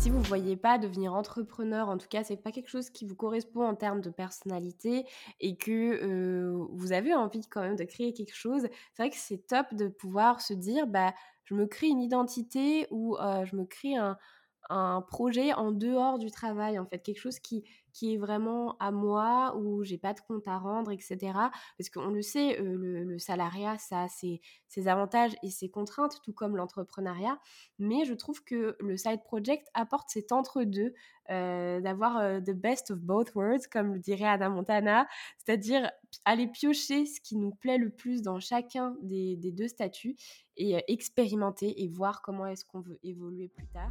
Si vous ne voyez pas devenir entrepreneur, en tout cas, c'est pas quelque chose qui vous correspond en termes de personnalité et que, vous avez envie quand même de créer quelque chose, c'est vrai que c'est top de pouvoir se dire: «Bah, je me crée une identité ou je me crée un projet en dehors du travail», en fait, quelque chose qui est vraiment à moi, où j'ai pas de compte à rendre et cetera. Parce qu'on le sait, le salariat, ça a ses avantages et ses contraintes, tout comme l'entrepreneuriat. Mais je trouve que le side project apporte cet entre-deux, d'avoir, the best of both worlds, comme le dirait Hannah Montana. C'est-à-dire aller piocher ce qui nous plaît le plus dans chacun des 2 statuts et expérimenter et voir comment est-ce qu'on veut évoluer plus tard.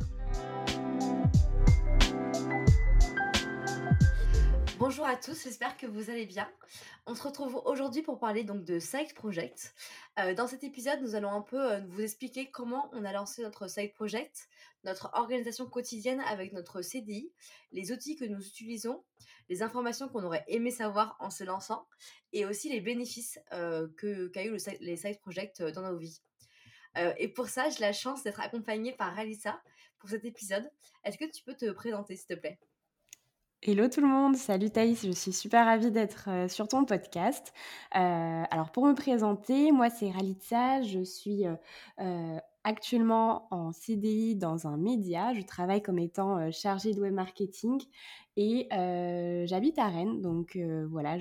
Bonjour à tous, j'espère que vous allez bien. On se retrouve aujourd'hui pour parler donc de side project. Dans cet épisode, nous allons un peu vous expliquer comment on a lancé notre side project, notre organisation quotidienne avec notre CDI, les outils que nous utilisons, les informations qu'on aurait aimé savoir en se lançant et aussi les bénéfices qu'a eu les side projects dans nos vies. Et pour ça, j'ai la chance d'être accompagnée par Alissa pour cet épisode. Est-ce que tu peux te présenter, s'il te plaît? Hello tout le monde, salut Thaïs, je suis super ravie d'être, sur ton podcast. Alors pour me présenter, moi c'est Ralitza, je suis, actuellement en CDI dans un média. Je travaille comme étant, chargée de web marketing et j'habite à Rennes donc voilà,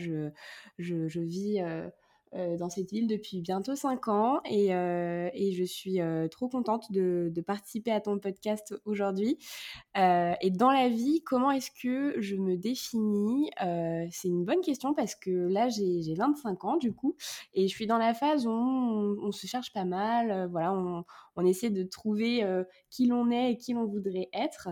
je vis, dans cette ville depuis bientôt 5 ans et je suis, trop contente de participer à ton podcast aujourd'hui. Et dans la vie, comment est-ce que je me définis? C'est une bonne question parce que là, j'ai 25 ans du coup et je suis dans la phase où on se cherche pas mal, voilà, on essaie de trouver, qui l'on est et qui l'on voudrait être.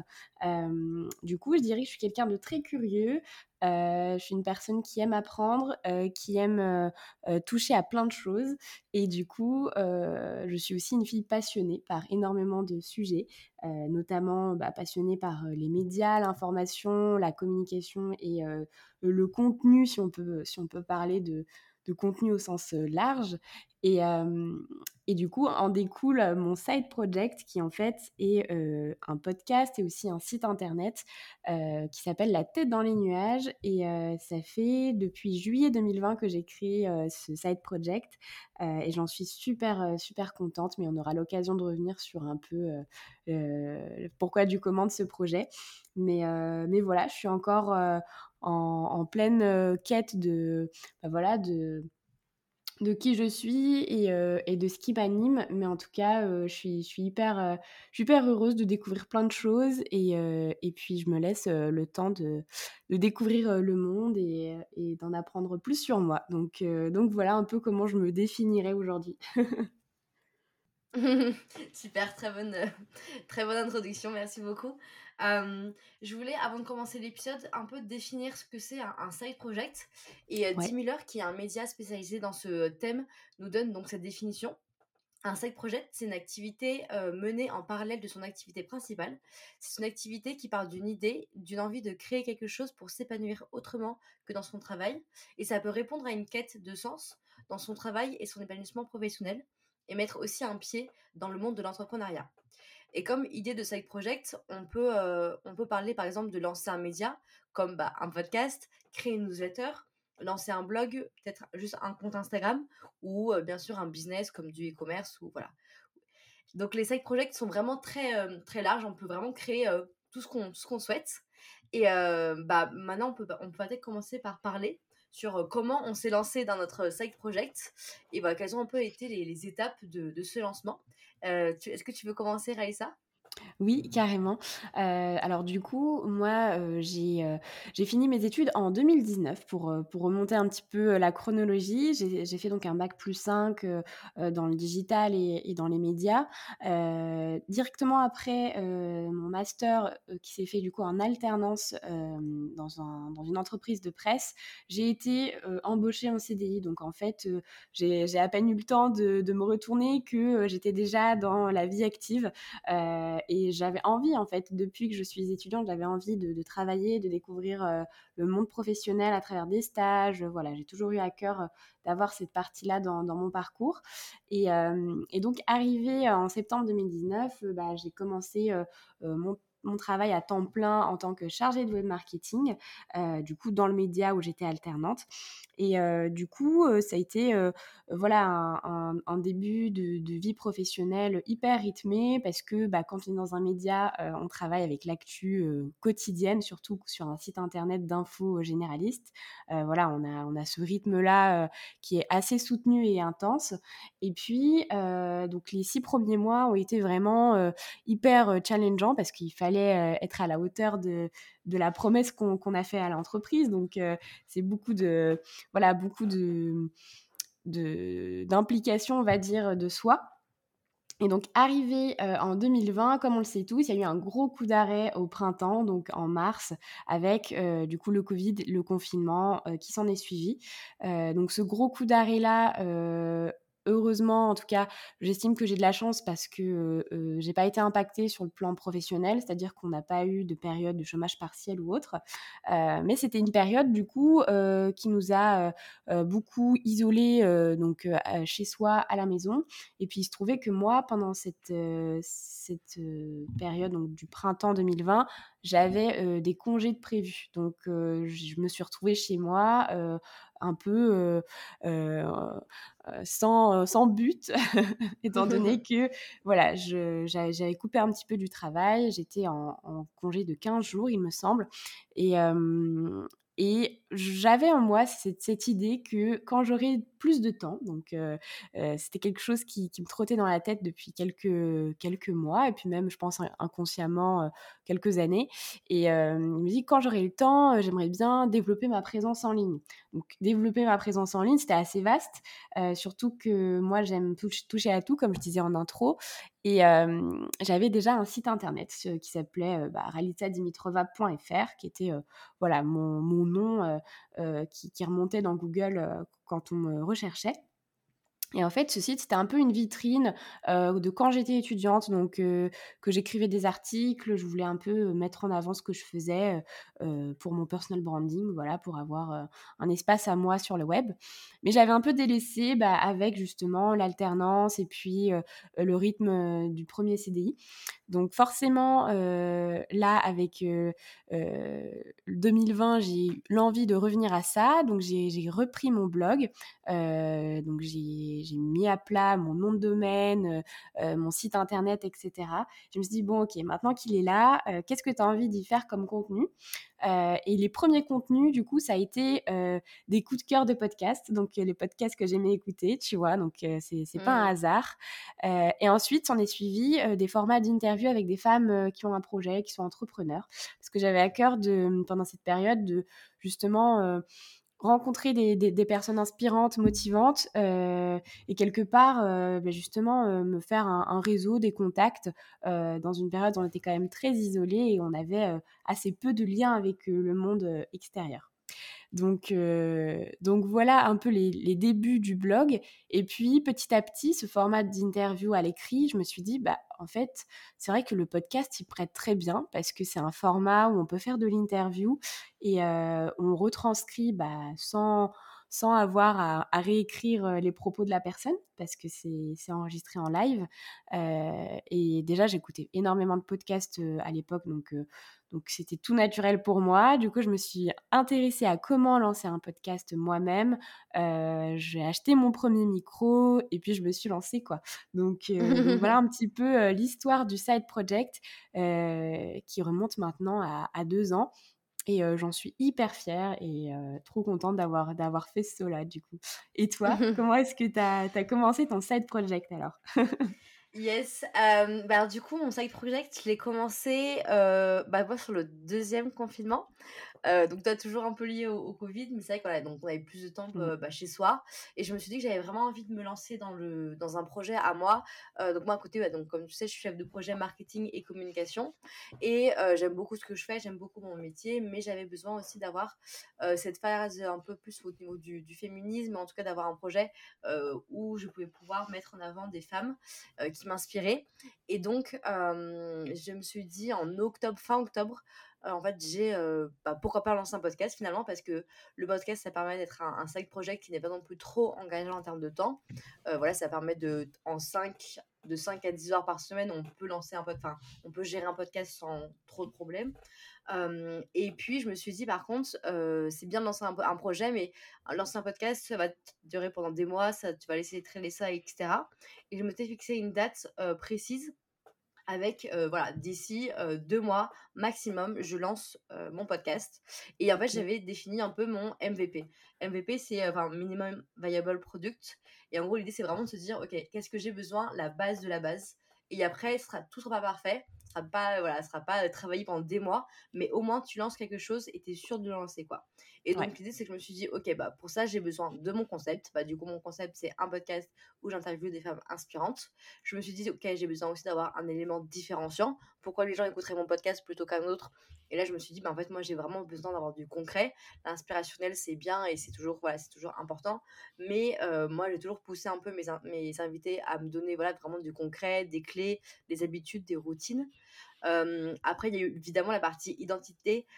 Du coup, je dirais que je suis quelqu'un de très curieux, je suis une personne qui aime apprendre, qui aime, toucher à plein de choses et du coup, je suis aussi une fille passionnée par énormément de sujets. Notamment bah, passionnée par les médias, l'information, la communication et le contenu, si on peut parler de contenu au sens large. Et, euh, et du coup, en découle mon side project qui en fait est un podcast et aussi un site internet qui s'appelle La tête dans les nuages. Et ça fait depuis juillet 2020 que j'ai créé ce side project et j'en suis super, super contente, mais on aura l'occasion de revenir sur un peu pourquoi du comment de ce projet. Mais voilà, je suis encore en pleine quête bah voilà, de qui je suis et de ce qui m'anime. Mais en tout cas, je suis hyper heureuse de découvrir plein de choses et puis je me laisse le temps de découvrir le monde et d'en apprendre plus sur moi. Donc voilà un peu comment je me définirais aujourd'hui. Super, très bonne introduction, merci beaucoup. Je voulais, avant de commencer l'épisode, un peu définir ce que c'est un side project et Ouais. 10 000 heures, qui est un média spécialisé dans ce thème, nous donne donc cette définition. Un side project, c'est une activité menée en parallèle de son activité principale. C'est une activité qui part d'une idée, d'une envie de créer quelque chose pour s'épanouir autrement que dans son travail. Et ça peut répondre à une quête de sens dans son travail et son épanouissement professionnel et mettre aussi un pied dans le monde de l'entrepreneuriat. Et comme idée de side project, on peut parler par exemple de lancer un média comme bah, un podcast, créer une newsletter, lancer un blog, peut-être juste un compte Instagram ou bien sûr un business comme du e-commerce ou voilà. Donc les side projects sont vraiment très larges, on peut vraiment créer tout ce qu'on souhaite. Et bah, maintenant, on peut peut-être commencer par parler sur comment on s'est lancé dans notre side project et bah, quelles ont un peu été les étapes de ce lancement. Est-ce que tu veux commencer, Raïssa? Oui, carrément. Alors du coup, moi, j'ai fini mes études en 2019 pour remonter un petit peu, la chronologie. J'ai fait donc un bac+5, dans le digital et dans les médias. Directement après, mon master, qui s'est fait du coup en alternance, dans une entreprise de presse, j'ai été, embauchée en CDI. Donc en fait, j'ai à peine eu le temps de me retourner que, j'étais déjà dans la vie active. Et j'avais envie, en fait, depuis que je suis étudiante, j'avais envie de travailler, de découvrir le monde professionnel à travers des stages. Voilà, j'ai toujours eu à cœur d'avoir cette partie-là dans mon parcours. Et donc, arrivée en septembre 2019, bah, j'ai commencé mon travail à temps plein en tant que chargée de web marketing, du coup dans le média où j'étais alternante. Et du coup, ça a été, voilà un début de vie professionnelle hyper rythmé parce que, bah, quand on est dans un média, on travaille avec l'actu, quotidienne, surtout sur un site internet d'infos généralistes. Voilà, on a ce rythme-là, qui est assez soutenu et intense. Et puis, donc les 6 premiers mois ont été vraiment, hyper, challengeants parce qu'il fallait, être à la hauteur de la promesse qu'on a fait à l'entreprise. Donc, c'est beaucoup de voilà, beaucoup d'implication, on va dire, de soi. Et donc arrivé, en 2020, comme on le sait tous, il y a eu un gros coup d'arrêt au printemps, donc en mars, avec, du coup le covid, le confinement, qui s'en est suivi. Donc ce gros coup d'arrêt-là, heureusement, en tout cas, j'estime que j'ai de la chance parce que, j'ai pas été impactée sur le plan professionnel, c'est-à-dire qu'on n'a pas eu de période de chômage partiel ou autre. Mais c'était une période du coup, qui nous a, beaucoup isolés, donc, chez soi, à la maison. Et puis il se trouvait que moi, pendant cette période donc du printemps 2020, j'avais, des congés de prévus. Donc, je me suis retrouvée chez moi, un peu, sans but, étant donné que voilà, j'avais coupé un petit peu du travail. J'étais en congé de 15 jours, il me semble. Et, et j'avais en moi cette idée que quand j'aurais plus de temps, donc c'était quelque chose qui me trottait dans la tête depuis quelques mois et puis même, je pense, inconsciemment, quelques années. Et je me dis: «Quand j'aurai le temps, j'aimerais bien développer ma présence en ligne». Donc développer ma présence en ligne, c'était assez vaste, surtout que moi, j'aime toucher à tout, comme je disais en intro. Et j'avais déjà un site internet qui s'appelait, ralitsadimitrova.fr, qui était, voilà, mon nom, qui remontait dans Google, quand on me recherchait. Et en fait, ce site, c'était un peu une vitrine, de quand j'étais étudiante, donc que j'écrivais des articles. Je voulais un peu, mettre en avant ce que je faisais, pour mon personal branding, voilà, pour avoir, un espace à moi sur le web. Mais j'avais un peu délaissé, bah, avec justement l'alternance et puis, le rythme, du premier CDI. Donc forcément, là avec, 2020, j'ai eu l'envie de revenir à ça, donc j'ai repris mon blog. Donc j'ai mis à plat mon nom de domaine, mon site internet et cetera. Je me suis dit: «Bon OK, maintenant qu'il est là, qu'est-ce que tu as envie d'y faire comme contenu?» Et les premiers contenus, du coup, ça a été, des coups de cœur de podcasts, donc les podcasts que j'aimais écouter, tu vois? Donc c'est pas un Mmh. hasard. Et ensuite, s'en est suivi, des formats d'interview avec des femmes, qui ont un projet, qui sont entrepreneurs. Parce que j'avais à cœur de, pendant cette période, de justement, rencontrer des personnes inspirantes, motivantes, et quelque part, justement, me faire un réseau, des contacts, dans une période où on était quand même très isolés et on avait, assez peu de liens avec, le monde, extérieur. Donc voilà un peu les débuts du blog. Et puis petit à petit, ce format d'interview à l'écrit, je me suis dit: «Bah, en fait, c'est vrai que le podcast, il prête très bien parce que c'est un format où on peut faire de l'interview et on retranscrit, bah, sans avoir à réécrire, les propos de la personne parce que c'est enregistré en live». Et déjà, j'écoutais énormément de podcasts, à l'époque, donc c'était tout naturel pour moi. Du coup, je me suis intéressée à comment lancer un podcast moi-même. J'ai acheté mon premier micro et puis je me suis lancée, quoi. Donc voilà un petit peu, l'histoire du side project, qui remonte maintenant à 2 ans. Et j'en suis hyper fière et trop contente d'avoir fait ce saut-là, du coup. Et toi, comment est-ce que tu as commencé ton side project alors? Yes, bah, alors du coup, mon side project, je l'ai commencé, bah, moi sur le deuxième confinement. Donc toi, toujours un peu lié au covid, mais c'est vrai que voilà, donc on avait plus de temps, Mmh. bah, chez soi et je me suis dit que j'avais vraiment envie de me lancer dans un projet à moi. Donc moi à côté, ouais, donc comme tu sais, je suis chef de projet marketing et communication et j'aime beaucoup ce que je fais, j'aime beaucoup mon métier, mais j'avais besoin aussi d'avoir, cette phase un peu plus au niveau du féminisme, en tout cas d'avoir un projet, où je pouvais pouvoir mettre en avant des femmes, qui m'inspiraient et donc je me suis dit en octobre, fin octobre, en fait, pourquoi pas lancer un podcast finalement, parce que le podcast, ça permet d'être un side project qui n'est pas non plus trop engageant en termes de temps. Voilà, ça permet de 5 à 10 heures par semaine, on peut on peut gérer un podcast sans trop de problèmes. Et puis je me suis dit par contre, c'est bien de lancer un projet, mais lancer un podcast, ça va durer pendant des mois, tu vas laisser traîner ça et cetera. Et je m'étais fixé une date, précise avec, voilà, d'ici, 2 mois maximum, je lance, mon podcast. Et en fait, OK. j'avais défini un peu mon MVP. MVP, c'est, enfin, minimum viable product, et en gros, l'idée, c'est vraiment de se dire: «OK, qu'est-ce que j'ai besoin? La base de la base». Et après, tout sera pas parfait, ce sera pas, travaillé pendant des mois, mais au moins tu lances quelque chose et tu es sûr de le lancer, quoi. Et Ouais. donc l'idée, c'est que je me suis dit: «OK, bah, pour ça, j'ai besoin de mon concept». Bah, du coup, mon concept, c'est un podcast où j'interviewe des femmes inspirantes. Je me suis dit: «OK, j'ai besoin aussi d'avoir un élément différenciant. Pourquoi les gens écouteraient mon podcast plutôt qu'un autre?» Et là, je me suis dit: «Bah, en fait, moi, j'ai vraiment besoin d'avoir du concret». L'inspirationnel, c'est bien et c'est toujours important, mais moi, j'ai toujours poussé un peu mes invités à me donner, voilà, vraiment du concret, des clés, des habitudes, des routines. Après, il y a eu évidemment la partie identité,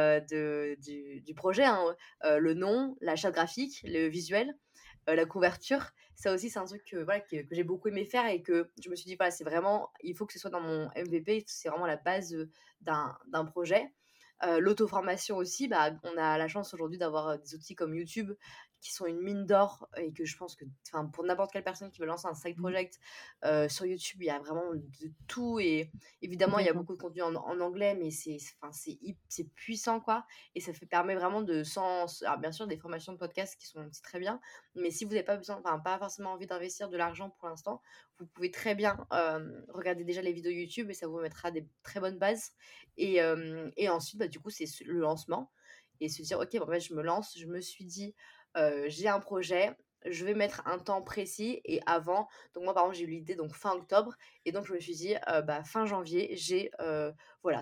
du projet, hein, le nom, la charte graphique, le visuel, la couverture. Ça aussi, c'est un truc voilà, que j'ai beaucoup aimé faire et que je me suis dit: «Voilà, c'est vraiment il faut que ce soit dans mon MVP, c'est vraiment la base, d'un projet». L'auto-formation aussi, bah, on a la chance aujourd'hui d'avoir, des outils comme YouTube qui sont une mine d'or, et que je pense que, enfin, pour n'importe quelle personne qui veut lancer un side Mmh. project, sur YouTube, il y a vraiment de tout. Et évidemment, il y a Complètement. beaucoup de contenu en anglais, mais c'est puissant, quoi. Et ça permet vraiment alors bien sûr, des formations de podcast qui sont aussi très bien, mais si vous n'avez pas besoin, enfin, pas forcément envie d'investir de l'argent pour l'instant, vous pouvez très bien, regarder déjà les vidéos YouTube et ça vous mettra des très bonnes bases. Et ensuite, bah, du coup, le lancement et se dire: «OK, bon, bah, je me lance». Je me suis dit: «J'ai un projet, je vais mettre un temps précis et avant». Donc moi, par exemple, j'ai eu l'idée donc fin octobre, et donc je me suis dit: Bah, fin janvier, j'ai, voilà,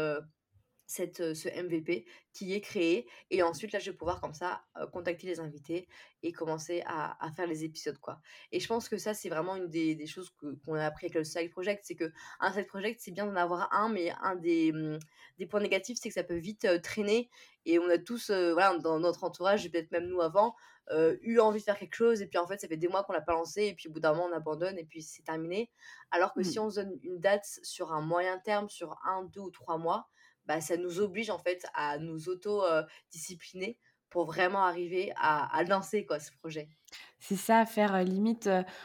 ce MVP qui est créé, et ensuite là, je vais pouvoir comme ça, contacter les invités et commencer à faire les épisodes, quoi. Et je pense que ça, c'est vraiment une des choses qu'on a appris avec le side project, c'est que un side project, c'est bien d'en avoir un, mais des points négatifs, c'est que ça peut vite, traîner. Et on a tous, voilà, dans notre entourage et peut-être même nous avant, eu envie de faire quelque chose, et puis en fait, ça fait des mois qu'on l'a pas lancé et puis au bout d'un moment, on abandonne et puis c'est terminé. Alors que si Mmh. on se donne une date sur un moyen terme, sur 1, 2 ou 3 mois, bah, ça nous oblige en fait à nous discipliner pour vraiment arriver à lancer, quoi, ce projet. C'est ça, faire, limite,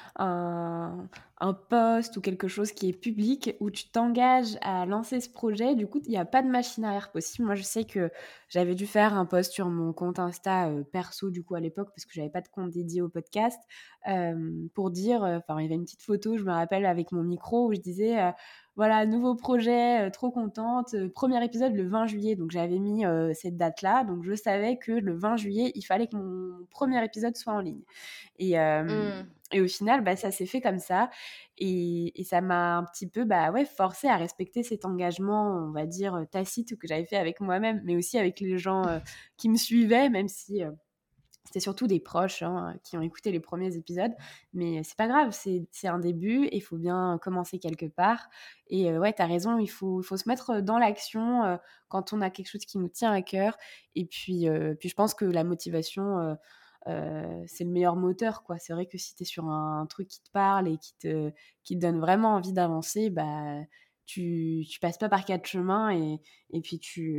un un post ou quelque chose qui est public où tu t'engages à lancer ce projet. Du coup, il y a pas de machine arrière possible. Moi, je sais que j'avais dû faire un post sur mon compte Insta, perso, du coup, à l'époque, parce que j'avais pas de compte dédié au podcast, pour dire, enfin, il y avait une petite photo, je me rappelle, avec mon micro où je disais, voilà, nouveau projet, trop contente, 1 épisode le 20 juillet. Donc j'avais mis, cette date-là, donc je savais que le 20 juillet, il fallait que mon premier épisode soit en ligne. Et, Mmh. et au final, bah, ça s'est fait comme ça et ça m'a un petit peu, bah, ouais, forcée à respecter cet engagement, on va dire, tacite que j'avais fait avec moi-même, mais aussi avec les gens, qui me suivaient, même si, c'était surtout des proches, hein, qui ont écouté les premiers épisodes. Mais c'est pas grave, c'est un début et il faut bien commencer quelque part. Et ouais, tu as raison, il faut se mettre dans l'action, quand on a quelque chose qui nous tient à cœur. Et puis je pense que la motivation, c'est le meilleur moteur, quoi. C'est vrai que si tu es sur un truc qui te parle et qui te donne vraiment envie d'avancer, bah, tu passes pas par 4 chemins et puis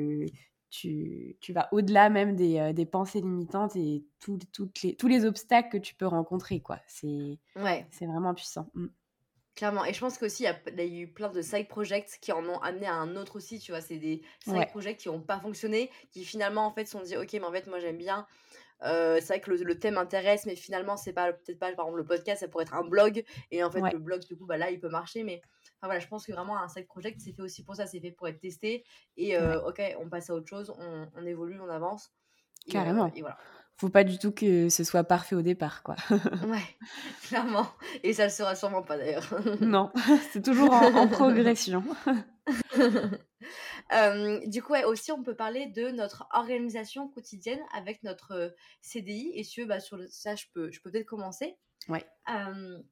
tu vas au-delà même des pensées limitantes et tous les obstacles que tu peux rencontrer, quoi. Ouais, C'est vraiment puissant. Mmh. clairement. Et je pense qu'aussi il y a eu plein de side projects qui en ont amené à un autre aussi, tu vois? C'est des side Ouais, projects qui ont pas fonctionné, qui finalement en fait se sont dit: «OK, mais en fait moi j'aime bien». C'est vrai que le thème intéresse, mais finalement, c'est pas peut-être pas, par exemple, le podcast, ça pourrait être un blog, et en fait, ouais, le blog, du coup, bah, là, il peut marcher, mais enfin, voilà, je pense que vraiment un side project, c'est fait aussi pour ça, c'est fait pour être testé. Et ouais, OK, on passe à autre chose, on évolue, on avance, carrément. et voilà. Faut pas du tout que ce soit parfait au départ, quoi. Ouais, clairement, et ça le sera sûrement pas d'ailleurs. Non, c'est toujours en progression. Du coup, ouais, aussi, on peut parler de notre organisation quotidienne avec notre, CDI, et si tu veux, bah, ça, je peux peut-être commencer. Ouais. Hem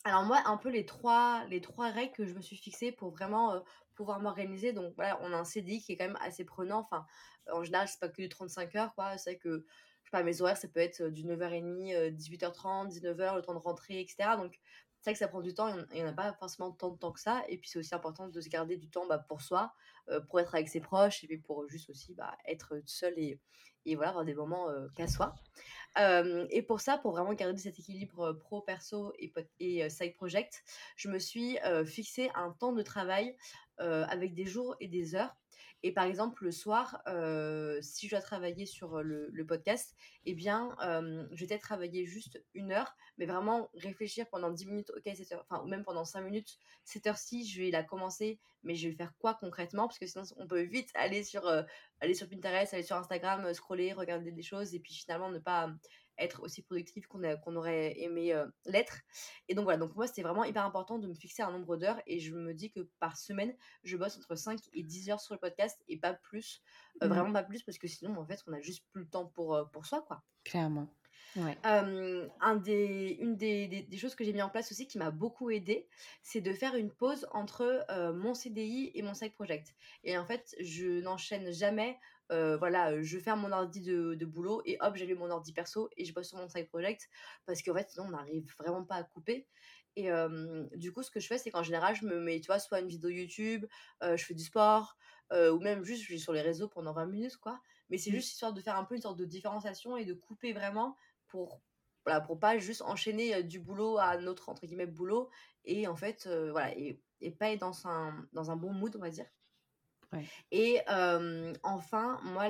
Alors moi, un peu les trois règles que je me suis fixées pour vraiment, pouvoir m'organiser. Donc voilà, on a un CDI qui est quand même assez prenant. Enfin, en général, c'est pas que du 35 heures, quoi. C'est vrai que, je sais pas, mes horaires, ça peut être, du 9h30, 18h30, 19h, le temps de rentrer et cetera. Donc c'est vrai que ça prend du temps et on n'a pas forcément tant de temps que ça. Et puis c'est aussi important de se garder du temps, bah, pour soi, pour être avec ses proches et puis pour juste aussi, bah, être seul et voilà, avoir des moments, qu'à soi. Et pour ça, pour vraiment garder cet équilibre, pro, perso et side project, je me suis, fixé un temps de travail, avec des jours et des heures. Et par exemple, le soir, si je dois travailler sur, le podcast, eh bien, je vais peut-être travailler juste 1 heure, mais vraiment réfléchir pendant 10 minutes: «OK, cette heure», enfin, ou même pendant 5 minutes: «Cette heure-ci, je vais la commencer, mais je vais faire quoi concrètement?» Parce que sinon on peut vite aller sur Pinterest, aller sur Instagram, scroller, regarder des choses et puis finalement ne pas être aussi productif qu'on aurait aimé, l'être. Et donc voilà, donc pour moi, c'était vraiment hyper important de me fixer un nombre d'heures et je me dis que par semaine, je bosse entre 5 et 10 heures sur le podcast et pas plus, Mmh, vraiment pas plus parce que sinon, en fait, on a juste plus le temps pour soi, quoi. clairement. Ouais. Une des choses que j'ai mis en place aussi qui m'a beaucoup aidée, c'est de faire une pause entre, mon CDI et mon side project. Et en fait, je n'enchaîne jamais, voilà, je ferme mon ordi de boulot et hop, j'allume mon ordi perso et je bosse sur mon side project parce qu'en fait, sinon on n'arrive vraiment pas à couper. Et du coup, ce que je fais, c'est qu'en général, je me mets, tu vois, soit une vidéo YouTube, je fais du sport, ou même juste je vais sur les réseaux pendant 20 minutes, quoi. Mais c'est Mmh. juste histoire de faire un peu une sorte de différenciation et de couper vraiment pour voilà, pour pas juste enchaîner, du boulot à un autre entre guillemets «boulot» et en fait, voilà et pas être dans un bon mood, on va dire. Ouais. Et enfin, moi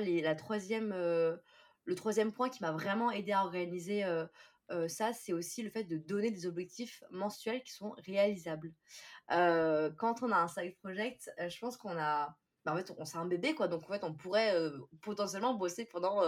le troisième point qui m'a vraiment aidé à organiser, ça, c'est aussi le fait de donner des objectifs mensuels qui sont réalisables. Quand on a un side project, je pense qu'on a bah, en fait, on c'est un bébé, quoi, donc en fait, on pourrait, potentiellement bosser pendant,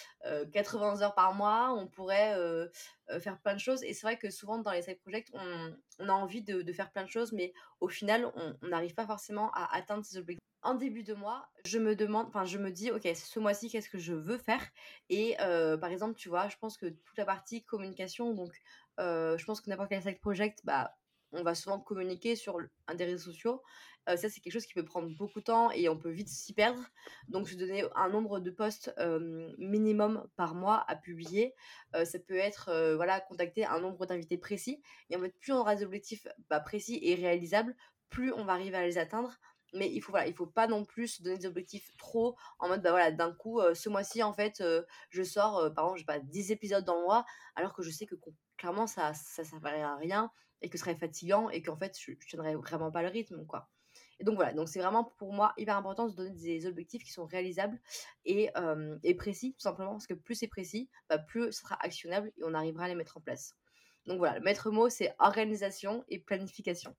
80 heures par mois. On pourrait, faire plein de choses et c'est vrai que souvent dans les side projects, on a envie de faire plein de choses, mais au final, on n'arrive pas forcément à atteindre ces objectifs. En début de mois, je me dis: «OK, ce mois-ci, qu'est-ce que je veux faire?» Et par exemple, tu vois, je pense que toute la partie communication, donc je pense que n'importe quel side project, bah, on va souvent communiquer sur un des réseaux sociaux. Ça, c'est quelque chose qui peut prendre beaucoup de temps et on peut vite s'y perdre. Donc, se donner un nombre de posts minimum par mois à publier. Ça peut être voilà, contacter un nombre d'invités précis. Et en fait, plus on aura des objectifs bah, précis et réalisables, plus on va arriver à les atteindre. Mais voilà, il faut pas non plus se donner des objectifs trop en mode, bah voilà, d'un coup, ce mois-ci, en fait, je sors, par exemple, je sais pas, 10 épisodes dans le mois, alors que je sais que clairement, ça servirait à rien et que ce serait fatigant et qu'en fait, je tiendrais vraiment pas le rythme, quoi. Et donc voilà, donc c'est vraiment pour moi hyper important de se donner des objectifs qui sont réalisables et précis, tout simplement, parce que plus c'est précis, bah, plus ce sera actionnable et on arrivera à les mettre en place. Donc voilà, le maître mot, c'est organisation et planification.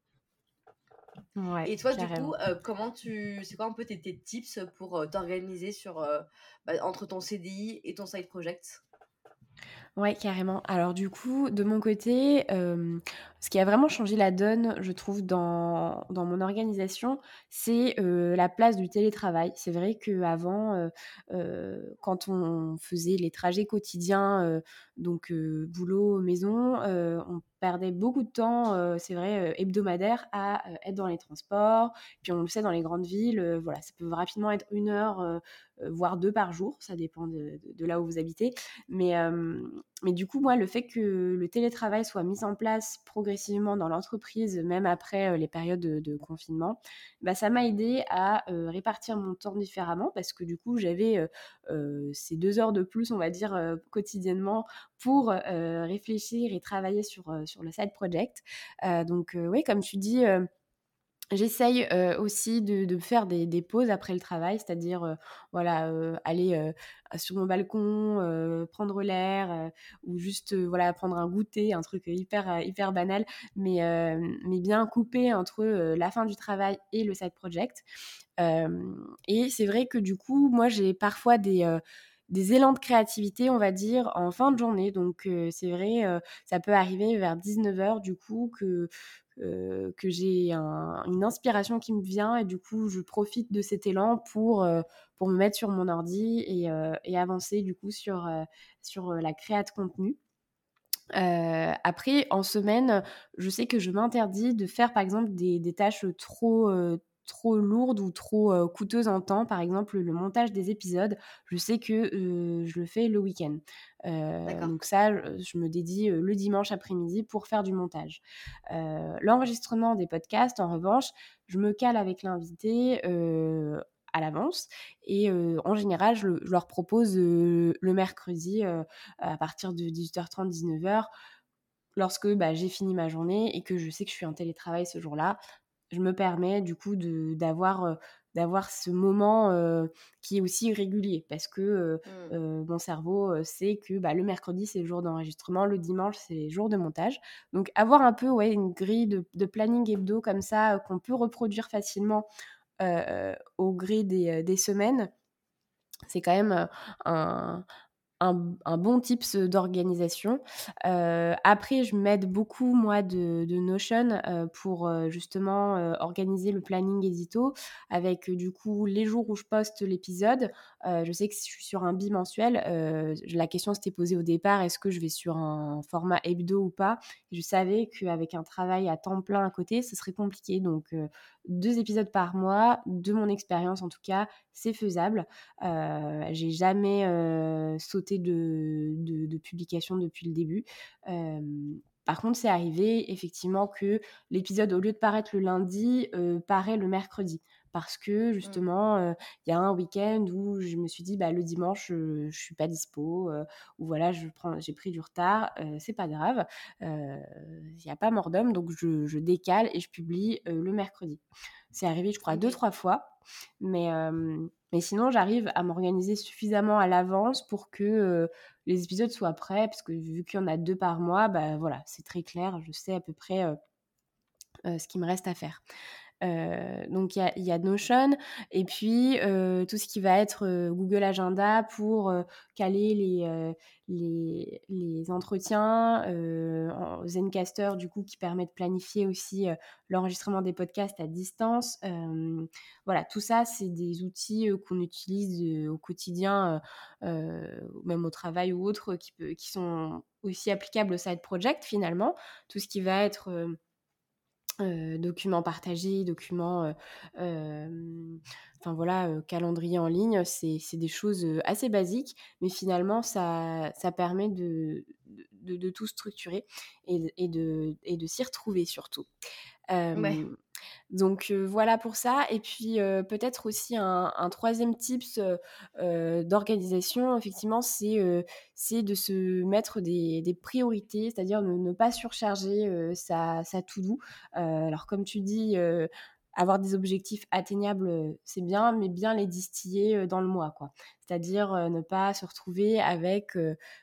Ouais, Et toi, du coup, carrément. c'est quoi un peu tes tips pour, t'organiser sur, bah, entre ton CDI et ton side project? Ouais, carrément. Alors du coup, de mon côté, ce qui a vraiment changé la donne, je trouve, dans mon organisation, c'est, la place du télétravail. C'est vrai qu'avant, quand on faisait les trajets quotidiens, donc boulot, maison, on perdait beaucoup de temps, c'est vrai, hebdomadaire à, être dans les transports. Puis on le sait dans les grandes villes, voilà, ça peut rapidement être 1 heure, voire 2 par jour, ça dépend de là où vous habitez. Mais du coup, moi, le fait que le télétravail soit mis en place progressivement dans l'entreprise, même après les périodes de confinement, bah, ça m'a aidé à répartir mon temps différemment parce que du coup, j'avais ces 2 heures de plus, on va dire, quotidiennement pour réfléchir et travailler sur le side project. Donc, oui, comme tu dis, j'essaye, aussi de faire des pauses après le travail, c'est-à-dire, voilà, aller, sur mon balcon, prendre l'air, ou juste, voilà, prendre un goûter, un truc hyper banal, mais bien coupé entre, la fin du travail et le side project. Et c'est vrai que du coup, moi, j'ai parfois des élans de créativité, on va dire, en fin de journée. Donc, c'est vrai, ça peut arriver vers 19h du coup que j'ai une inspiration qui me vient et du coup, je profite de cet élan pour me mettre sur mon ordi et avancer du coup sur la créa de contenu. Après en semaine, je sais que je m'interdis de faire par exemple des tâches, trop lourdes ou trop, coûteuses en temps. Par exemple, le montage des épisodes, je sais que, je le fais le week-end. D'accord. Donc ça, je me dédie, le dimanche après-midi pour faire du montage. L'enregistrement des podcasts, en revanche, je me cale avec l'invité, à l'avance et en général, je leur propose, le mercredi, à partir de 18h30-19h lorsque, bah, j'ai fini ma journée et que je sais que je suis en télétravail ce jour-là. Je me permets du coup d'avoir ce moment, qui est aussi régulier parce que, Mmh. mon cerveau, sait que, bah, le mercredi, c'est le jour d'enregistrement, le dimanche, c'est le jour de montage. Donc avoir un peu, ouais, une grille de planning hebdo comme ça, qu'on peut reproduire facilement, au gré des semaines, c'est quand même, un bon tips d'organisation. Après je m'aide beaucoup moi de Notion, pour, justement, organiser le planning édito avec, du coup les jours où je poste l'épisode. Je sais que si je suis sur un bimensuel, la question s'était posée au départ: «Est-ce que je vais sur un format hebdo ou pas?» Je savais qu'avec un travail à temps plein à côté, ce serait compliqué donc 2 épisodes par mois, de mon expérience en tout cas, c'est faisable. J'ai jamais, sauté de publication depuis le début. Par contre, c'est arrivé effectivement que l'épisode, au lieu de paraître le lundi, paraît le mercredi. Parce que Mmh. justement, il y a un week-end où je me suis dit: «Bah, le dimanche, je suis pas dispo», ou voilà, j'ai pris du retard, c'est pas grave, il y a pas mort d'homme, donc je décale et je publie, le mercredi. C'est arrivé, je crois, deux OK. trois fois, mais sinon, j'arrive à m'organiser suffisamment à l'avance pour que, les épisodes soient prêts, parce que vu qu'il y en a 2 par mois, bah, voilà, c'est très clair, je sais à peu près, ce qu'il me reste à faire. Donc il y a Notion et puis, tout ce qui va être, Google Agenda pour, caler les entretiens, en Zencastr du coup qui permet de planifier aussi, l'enregistrement des podcasts à distance. Voilà, tout ça, c'est des outils, qu'on utilise, au quotidien, même au travail ou autre, qui sont aussi applicables au side project finalement. Tout ce qui va être, documents partagés, documents, enfin voilà, calendrier en ligne, c'est des choses, assez basiques, mais finalement ça permet de tout structurer et de s'y retrouver surtout. Ouais. Hem, donc voilà pour ça et puis, peut-être aussi un 3e tips, d'organisation effectivement, c'est de se mettre des priorités, c'est-à-dire ne pas surcharger, sa to do. Alors comme tu dis, avoir des objectifs atteignables, c'est bien, mais bien les distiller, dans le mois, quoi. C'est-à-dire, ne pas se retrouver avec,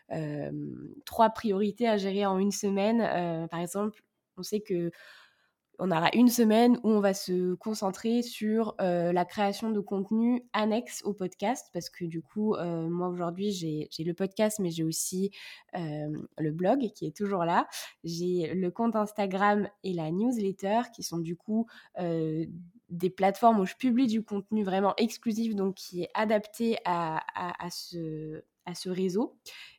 3 priorités à gérer en une semaine. Par exemple, on sait que on aura une semaine où on va se concentrer sur, la création de contenu annexe au podcast parce que du coup, moi aujourd'hui j'ai le podcast, mais j'ai aussi, le blog qui est toujours là. J'ai le compte Instagram et la newsletter qui sont du coup, des plateformes où je publie du contenu vraiment exclusif, donc qui est adapté à ce réseau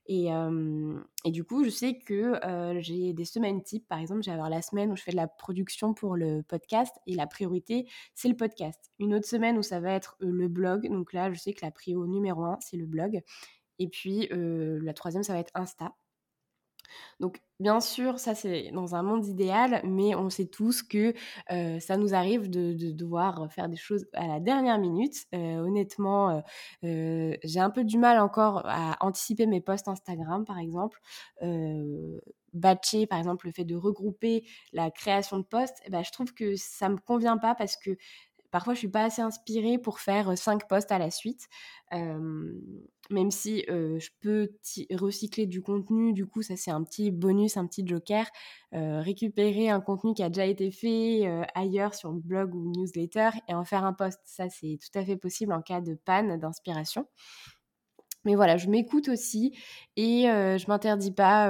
et du coup, je sais que, j'ai des semaines types. Par exemple, je vais avoir la semaine où je fais de la production pour le podcast et la priorité, c'est le podcast. Une autre semaine où ça va être, le blog, donc là, je sais que la prio numéro un, c'est le blog et puis, la troisième, ça va être Insta. Donc bien sûr, ça c'est dans un monde idéal, mais on sait tous que, ça nous arrive de devoir faire des choses à la dernière minute. Honnêtement, j'ai un peu du mal encore à anticiper mes posts Instagram, par exemple. Batcher, par exemple, le fait de regrouper la création de posts et bah, je trouve que ça me convient pas parce que parfois, je suis pas assez inspirée pour faire, 5 posts à la suite. Hem, Même si, je peux recycler du contenu, du coup, ça, c'est un petit bonus, un petit joker. Récupérer un contenu qui a déjà été fait, ailleurs sur le blog ou newsletter et en faire un post. Ça, c'est tout à fait possible en cas de panne d'inspiration. Mais voilà, je m'écoute aussi et je m'interdis pas,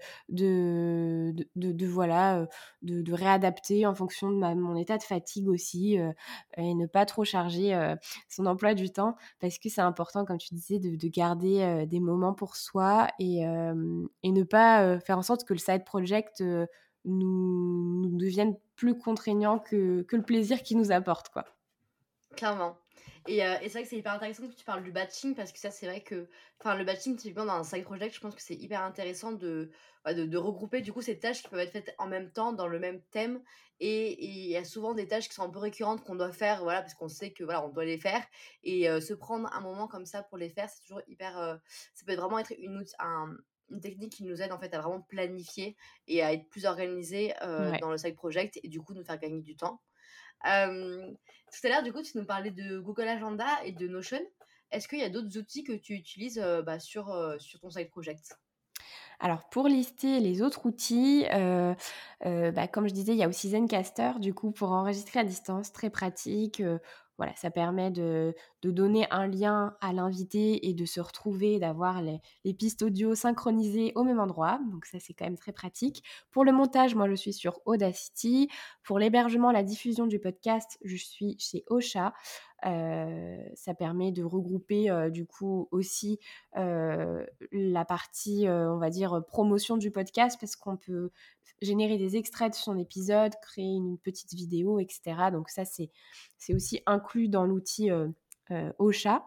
voilà, de réadapter en fonction de mon état de fatigue aussi, et ne pas trop charger, son emploi du temps parce que c'est important, comme tu disais, de garder, des moments pour soi et ne pas, faire en sorte que le side project, nous devienne plus contraignant que le plaisir qu'il nous apporte, quoi. Clairement. Et c'est vrai que c'est hyper intéressant que tu parles du batching parce que ça, c'est vrai que enfin, le batching, typiquement, dans un side project, je pense que c'est hyper intéressant de regrouper, du coup, ces tâches qui peuvent être faites en même temps, dans le même thème et il y a souvent des tâches qui sont un peu récurrentes qu'on doit faire, voilà, parce qu'on sait que, voilà, on doit les faire et se prendre un moment comme ça pour les faire, c'est toujours hyper, ça peut vraiment être une technique qui nous aide, en fait, à vraiment planifier et à être plus organisés, Ouais. dans le side project et du coup, nous faire gagner du temps. Tout à l'heure, du coup, tu nous parlais de Google Agenda et de Notion. Est-ce qu'il y a d'autres outils que tu utilises, sur ton side project? Alors pour lister les autres outils, comme je disais, il y a aussi Zencastr du coup pour enregistrer à distance, très pratique, voilà, ça permet de donner un lien à l'invité et de se retrouver, d'avoir les pistes audio synchronisées au même endroit, donc ça c'est quand même très pratique. Pour le montage, moi je suis sur Audacity. Pour l'hébergement, la diffusion du podcast, je suis chez Ocha. Ça permet de regrouper, du coup aussi, la partie, on va dire, promotion du podcast parce qu'on peut générer des extraits de son épisode, créer une petite vidéo et cetera. Donc ça, c'est aussi inclus dans l'outil, Ocha.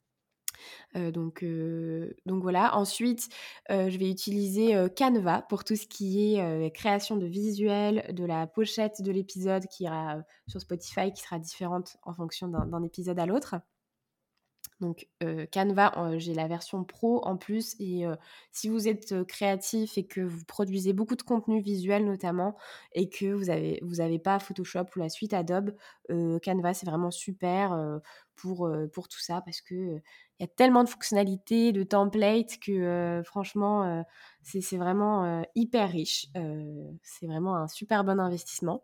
Donc voilà. Ensuite, je vais utiliser, Canva pour tout ce qui est, création de visuels, de la pochette de l'épisode qui ira, sur Spotify, qui sera différente en fonction d'un épisode à l'autre. Donc Canva, j'ai la version pro en plus et si vous êtes, créatif et que vous produisez beaucoup de contenu visuel notamment et que vous avez pas Photoshop ou la suite Adobe, Canva, c'est vraiment super, pour tout ça parce que, il y a tellement de fonctionnalités, de templates que, franchement, c'est vraiment, hyper riche. C'est vraiment un super bon investissement.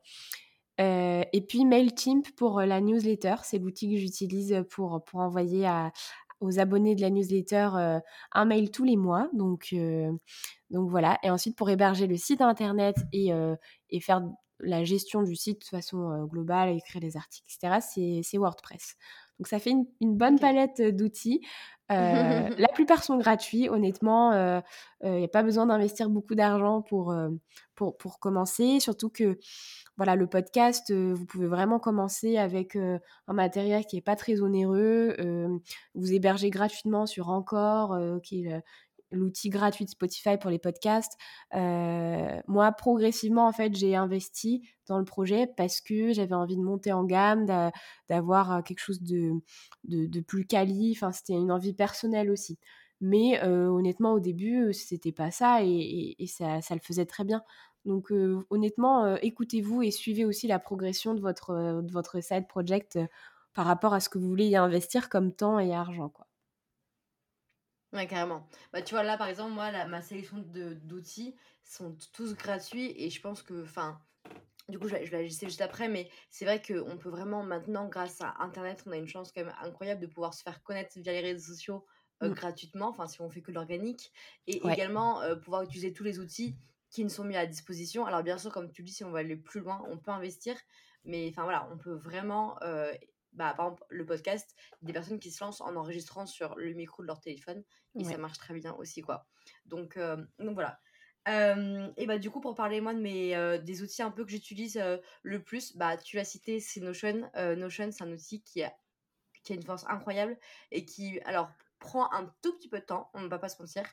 Et puis Mailchimp pour, la newsletter, c'est l'outil que j'utilise, pour envoyer aux abonnés de la newsletter, un mail tous les mois. Donc voilà et ensuite pour héberger le site internet et faire la gestion du site de façon, globale, écrire les articles et cetera, c'est WordPress. Donc ça fait une bonne OK. palette, d'outils. La plupart sont gratuits honnêtement, il y a pas besoin d'investir beaucoup d'argent pour commencer. Surtout que voilà, le podcast, vous pouvez vraiment commencer avec, un matériel qui est pas très onéreux. Vous hébergez gratuitement sur Anchor, qui est l'outil gratuit de Spotify pour les podcasts. Moi, progressivement, en fait, j'ai investi dans le projet parce que j'avais envie de monter en gamme, d'avoir, quelque chose de plus quali. Enfin, c'était une envie personnelle aussi. Mais honnêtement, au début, c'était pas ça et ça le faisait très bien. Donc honnêtement, écoutez-vous et suivez aussi la progression de votre side project, par rapport à ce que vous voulez y investir comme temps et argent, quoi. Ouais, carrément. Bah, tu vois, là, par exemple, moi, ma sélection d'outils sont tous gratuits et je pense que, enfin, du coup, je vais l'ajouter juste après, mais c'est vrai qu'on peut vraiment maintenant, grâce à internet, on a une chance quand même incroyable de pouvoir se faire connaître via les réseaux sociaux, Mmh. gratuitement, enfin, si on fait que de l'organique et Ouais. également, pouvoir utiliser tous les outils qui nous sont mis à disposition. Alors bien sûr, comme tu le dis, si on veut aller plus loin, on peut investir, mais enfin, voilà, on peut vraiment, par exemple, le podcast, des personnes qui se lancent en enregistrant sur le micro de leur téléphone et ça Ouais. marche très bien aussi, quoi. Donc voilà. Et bah, du coup, pour parler moi de des outils un peu que j'utilise, le plus, bah, tu l'as cité, c'est Notion. Notion, c'est un outil qui a une force incroyable et qui, alors, prend un tout petit peu de temps, on ne va pas se mentir,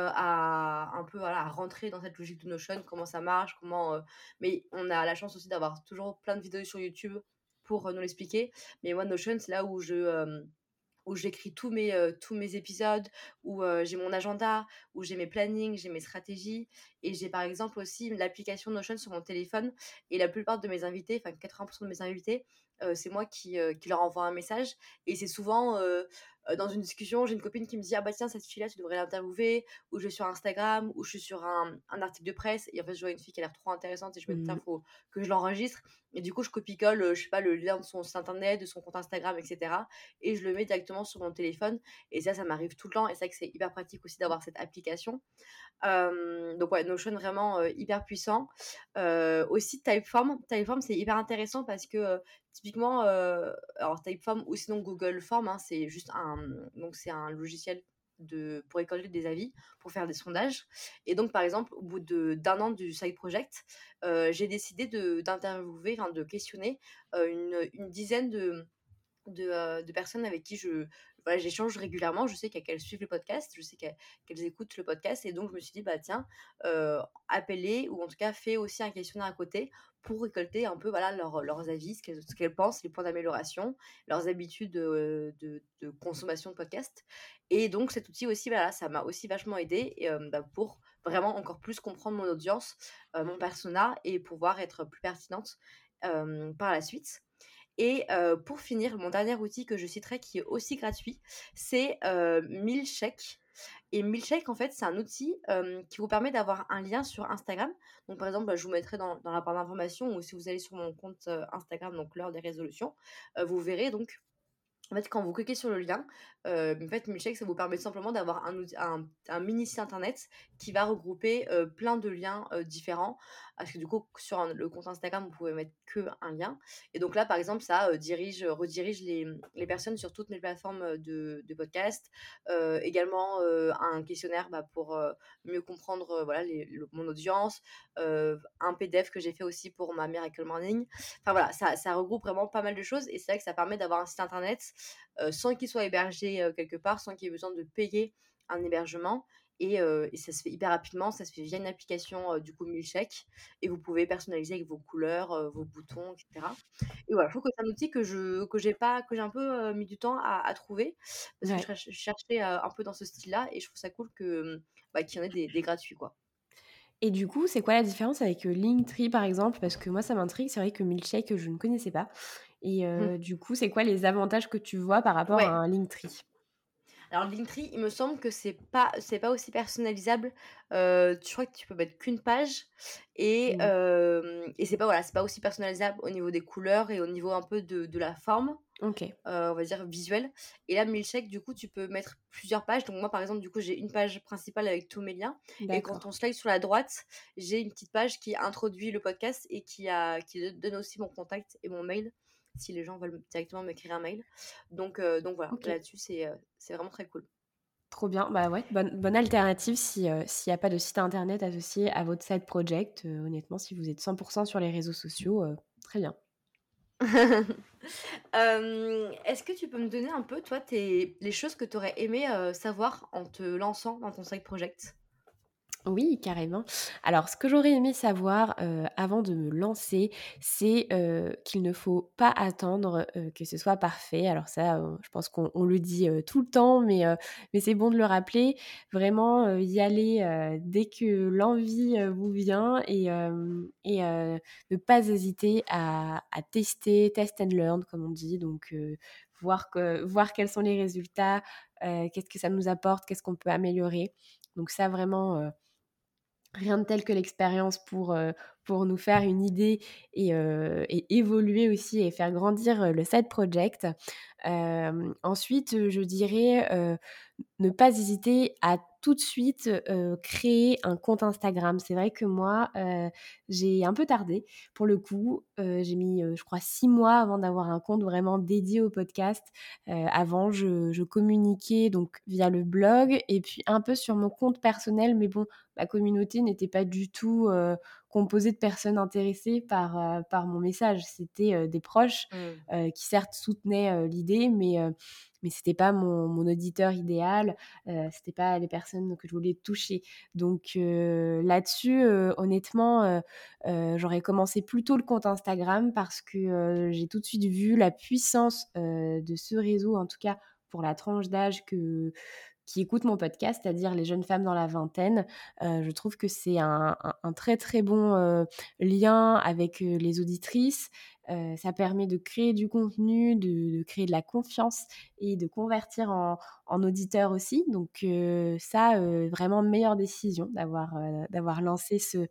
à un peu, voilà, à rentrer dans cette logique de Notion, comment ça marche, mais on a la chance aussi d'avoir toujours plein de vidéos sur YouTube pour, nous l'expliquer. Mais moi, Notion, c'est là où j'écris tous mes épisodes, où, j'ai mon agenda, où j'ai mes plannings, j'ai mes stratégies et j'ai par exemple aussi l'application Notion sur mon téléphone et la plupart de mes invités, enfin 80 de mes invités, c'est moi qui leur envoie un message et c'est souvent, dans une discussion, j'ai une copine qui me dit: «Ah bah tiens, cette fille-là, tu devrais l'interviewer» ou je suis sur Instagram ou je suis sur un article de presse et en fait, je vois une fille qui a l'air trop intéressante et je me dis: «Tiens, Mmh. faut que je l'enregistre» et du coup, je copie-colle, je sais pas, le lien de son site internet, de son compte Instagram et cetera, et je le mets directement sur mon téléphone, et ça m'arrive tout le temps, et c'est vrai que c'est hyper pratique aussi d'avoir cette application. Donc ouais, Notion vraiment, hyper puissant. Aussi Typeform, c'est hyper intéressant parce que, typiquement, alors Typeform ou sinon Google Form, hein, c'est juste donc c'est un logiciel pour récolter des avis, pour faire des sondages, et donc par exemple, au bout d'un an du side project, j'ai décidé d'interviewer, enfin de questionner, une dizaine de personnes avec qui voilà, j'échange régulièrement. Je sais qu'elles suivent le podcast, je sais qu'elles écoutent le podcast, et donc je me suis dit: «Bah, tiens, appelle-les, ou en tout cas fais aussi un questionnaire à côté pour récolter un peu, voilà, leurs avis, ce qu'elles pensent, les points d'amélioration, leurs habitudes, de consommation de podcast», et donc cet outil aussi, voilà, ça m'a aussi vachement aidée, et bah, pour vraiment encore plus comprendre mon audience, mon persona, et pouvoir être plus pertinente, par la suite. Et pour finir, mon dernier outil que je citerai, qui est aussi gratuit, c'est, Milkshake. Et Milkshake, en fait, c'est un outil, qui vous permet d'avoir un lien sur Instagram. Donc par exemple, bah, je vous mettrai dans la barre d'informations, ou si vous allez sur mon compte, Instagram, donc l'heure des résolutions, vous verrez donc, en fait, quand vous cliquez sur le lien, en fait, Milkshake, ça vous permet simplement d'avoir un mini site internet qui va regrouper, plein de liens, différents. Parce que du coup, sur le compte Instagram, vous pouvez mettre que un lien, et donc là, par exemple, ça, redirige les personnes sur toutes mes plateformes, de podcast. Également, un questionnaire, bah, pour, mieux comprendre, voilà, mon audience. Un PDF que j'ai fait aussi pour ma Miracle Morning. Enfin voilà, ça regroupe vraiment pas mal de choses, et c'est vrai que ça permet d'avoir un site internet, sans qu'il soit hébergé, quelque part, sans qu'il y ait besoin de payer un hébergement, et ça se fait hyper rapidement. Ça se fait via une application, du coup Milkshake, et vous pouvez personnaliser avec vos couleurs, vos boutons, et cetera, et voilà, je trouve que c'est un outil que j'ai un peu, mis du temps à trouver, parce que Ouais. je cherchais, un peu dans ce style-là, et je trouve ça cool que, bah, qu'il y en ait des gratuits, quoi. Et du coup, c'est quoi la différence avec, Linktree, par exemple? Parce que moi, ça m'intrigue. C'est vrai que Milkshake, je ne connaissais pas et du coup, c'est quoi les avantages que tu vois par rapport à Ouais. un Linktree? Alors Linktree, il me semble que c'est pas aussi personnalisable. Je crois que tu peux mettre qu'une page, Mmh. et c'est pas, voilà, c'est pas aussi personnalisable au niveau des couleurs et au niveau un peu de la forme, OK, on va dire visuelle. Et là, Milkshake, du coup, tu peux mettre plusieurs pages. Donc moi, par exemple, du coup, j'ai une page principale avec tous mes liens, et quand on d'accord. slide sur la droite, j'ai une petite page qui introduit le podcast et qui donne aussi mon contact et mon mail, si les gens veulent directement m'écrire un mail. Donc voilà, OK, là-dessus, c'est vraiment très cool. trop bien. Bah, ouais, bonne alternative si, s'il y a pas de site internet associé à votre side project, honnêtement, si vous êtes 100 sur les réseaux sociaux, très bien. Est-ce que tu peux me donner un peu, toi, les choses que tu aurais aimé, savoir en te lançant dans ton side project? Oui, carrément. Alors, ce que j'aurais aimé savoir, avant de me lancer, c'est, qu'il ne faut pas attendre, que ce soit parfait. Alors ça, je pense qu'on le dit, tout le temps, mais c'est bon de le rappeler. Vraiment, y aller, dès que l'envie, vous vient, et ne pas hésiter à tester, test and learn comme on dit. Donc, voir quels sont les résultats, qu'est-ce que ça nous apporte, qu'est-ce qu'on peut améliorer. Donc ça vraiment, rien de tel que l'expérience pour nous faire une idée et évoluer aussi et faire grandir, le side project. Ensuite, je dirais, ne pas hésiter à tout de suite, créer un compte Instagram. C'est vrai que moi, j'ai un peu tardé pour le coup, j'ai mis, je crois 6 mois avant d'avoir un compte vraiment dédié au podcast. Avant je communiquais donc via le blog et puis un peu sur mon compte personnel, mais bon, ma communauté n'était pas du tout, composée de personnes intéressées par mon message. C'était, des proches, Mmh. qui certes soutenaient, l'idée, mais c'était pas mon auditeur idéal, c'était pas les personnes que je voulais toucher. Donc là-dessus, honnêtement, j'aurais commencé plutôt le compte Instagram parce que, j'ai tout de suite vu la puissance, de ce réseau, en tout cas pour la tranche d'âge qui écoute mon podcast, c'est-à-dire les jeunes femmes dans la vingtaine. Je trouve que c'est un très, très bon, lien avec, les auditrices. Ça permet de créer du contenu, de créer de la confiance et de convertir en auditeurs aussi. Donc ça, vraiment meilleure décision d'avoir lancé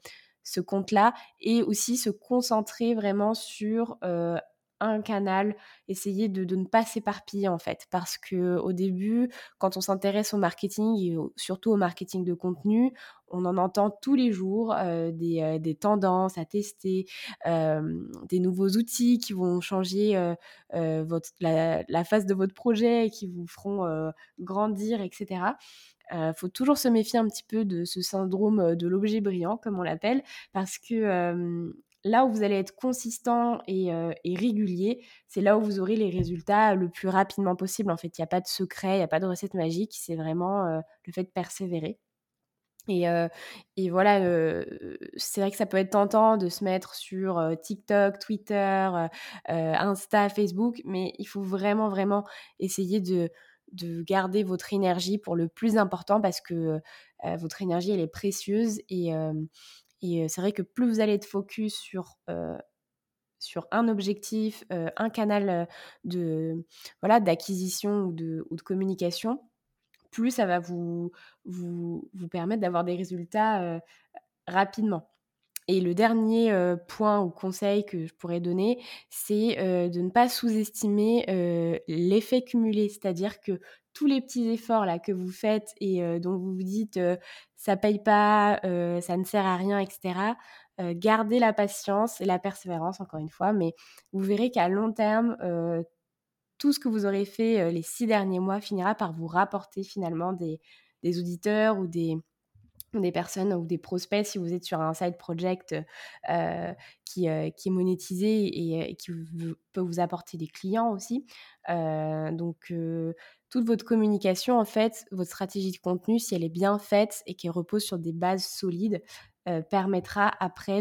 ce compte-là et aussi se concentrer vraiment sur, un canal, essayer de ne pas s'éparpiller, en fait. Parce qu'au début, quand on s'intéresse au marketing et surtout au marketing de contenu, on en entend tous les jours, des tendances à tester, des nouveaux outils qui vont changer, votre la face de votre projet et qui vous feront, grandir et cetera. Faut toujours se méfier un petit peu de ce syndrome, de l'objet brillant comme on l'appelle parce que, là où vous allez être consistant et régulier, c'est là où vous aurez les résultats le plus rapidement possible. En fait, il y a pas de secret, il y a pas de recette magique, c'est vraiment, le fait de persévérer et heu et voilà, c'est vrai que ça peut être tentant de se mettre sur, TikTok, Twitter, Insta, Facebook, mais il faut vraiment, vraiment essayer de garder votre énergie pour le plus important parce que, votre énergie, elle est précieuse et c'est vrai que plus vous allez être focus sur un objectif, un canal, de voilà, d'acquisition ou de communication, plus ça va vous permettre d'avoir des résultats, rapidement. Et le dernier, point ou conseil que je pourrais donner, c'est, de ne pas sous-estimer, l'effet cumulé. C'est-à-dire que tous les petits efforts là que vous faites et dont vous vous dites, «Ça paye pas, ça ne sert à rien» et cetera, gardez la patience et la persévérance encore une fois, mais vous verrez qu'à long terme, tout ce que vous aurez fait, les 6 derniers mois finira par vous rapporter finalement des auditeurs ou des personnes ou des prospects si vous êtes sur un side project, qui est monétisé et qui peut vous apporter des clients aussi. Donc toute votre communication en fait, votre stratégie de contenu, si elle est bien faite et qu'elle repose sur des bases solides, permettra après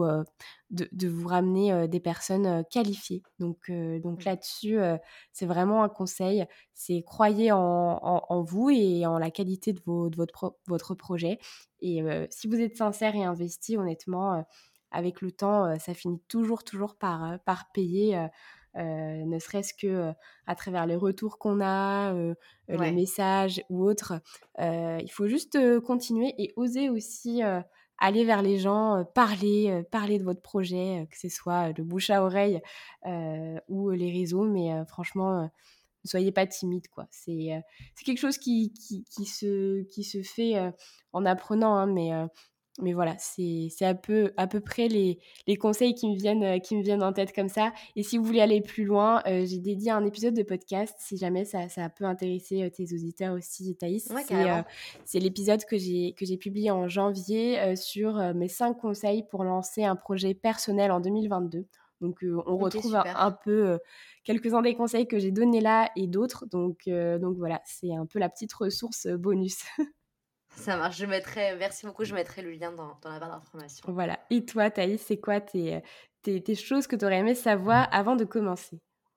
de vous ramener, des personnes, qualifiées. Donc Mmh. là-dessus, c'est vraiment un conseil, c'est croyez en vous et en la qualité de votre projet et si vous êtes sincère et investi, honnêtement, avec le temps, ça finit toujours, toujours par payer, ne serait-ce que, à travers les retours qu'on a, les Ouais. messages ou autres. Il faut juste, continuer et oser aussi, aller vers les gens, parler de votre projet, que ce soit, de bouche à oreille, ou les réseaux. Mais franchement, ne soyez pas timide, quoi. C'est quelque chose qui se fait, en apprenant, hein, mais voilà, c'est à peu près les conseils qui me viennent en tête comme ça et si vous voulez aller plus loin, j'ai dédié un épisode de podcast si jamais ça peut intéresser, tes auditeurs aussi, Thaïs. Ouais, C'est carrément. c'est l'épisode que j'ai publié en janvier, sur, mes 5 conseils pour lancer un projet personnel en 2022. Donc on OK, retrouve un super. peu, quelques-uns des conseils que j'ai donnés là et d'autres donc voilà, c'est un peu la petite ressource, bonus. Ça marche, merci beaucoup, je mettrai le lien dans la barre d'informations. Voilà et toi Thaïs, c'est quoi tes choses que tu aurais aimé savoir avant de commencer?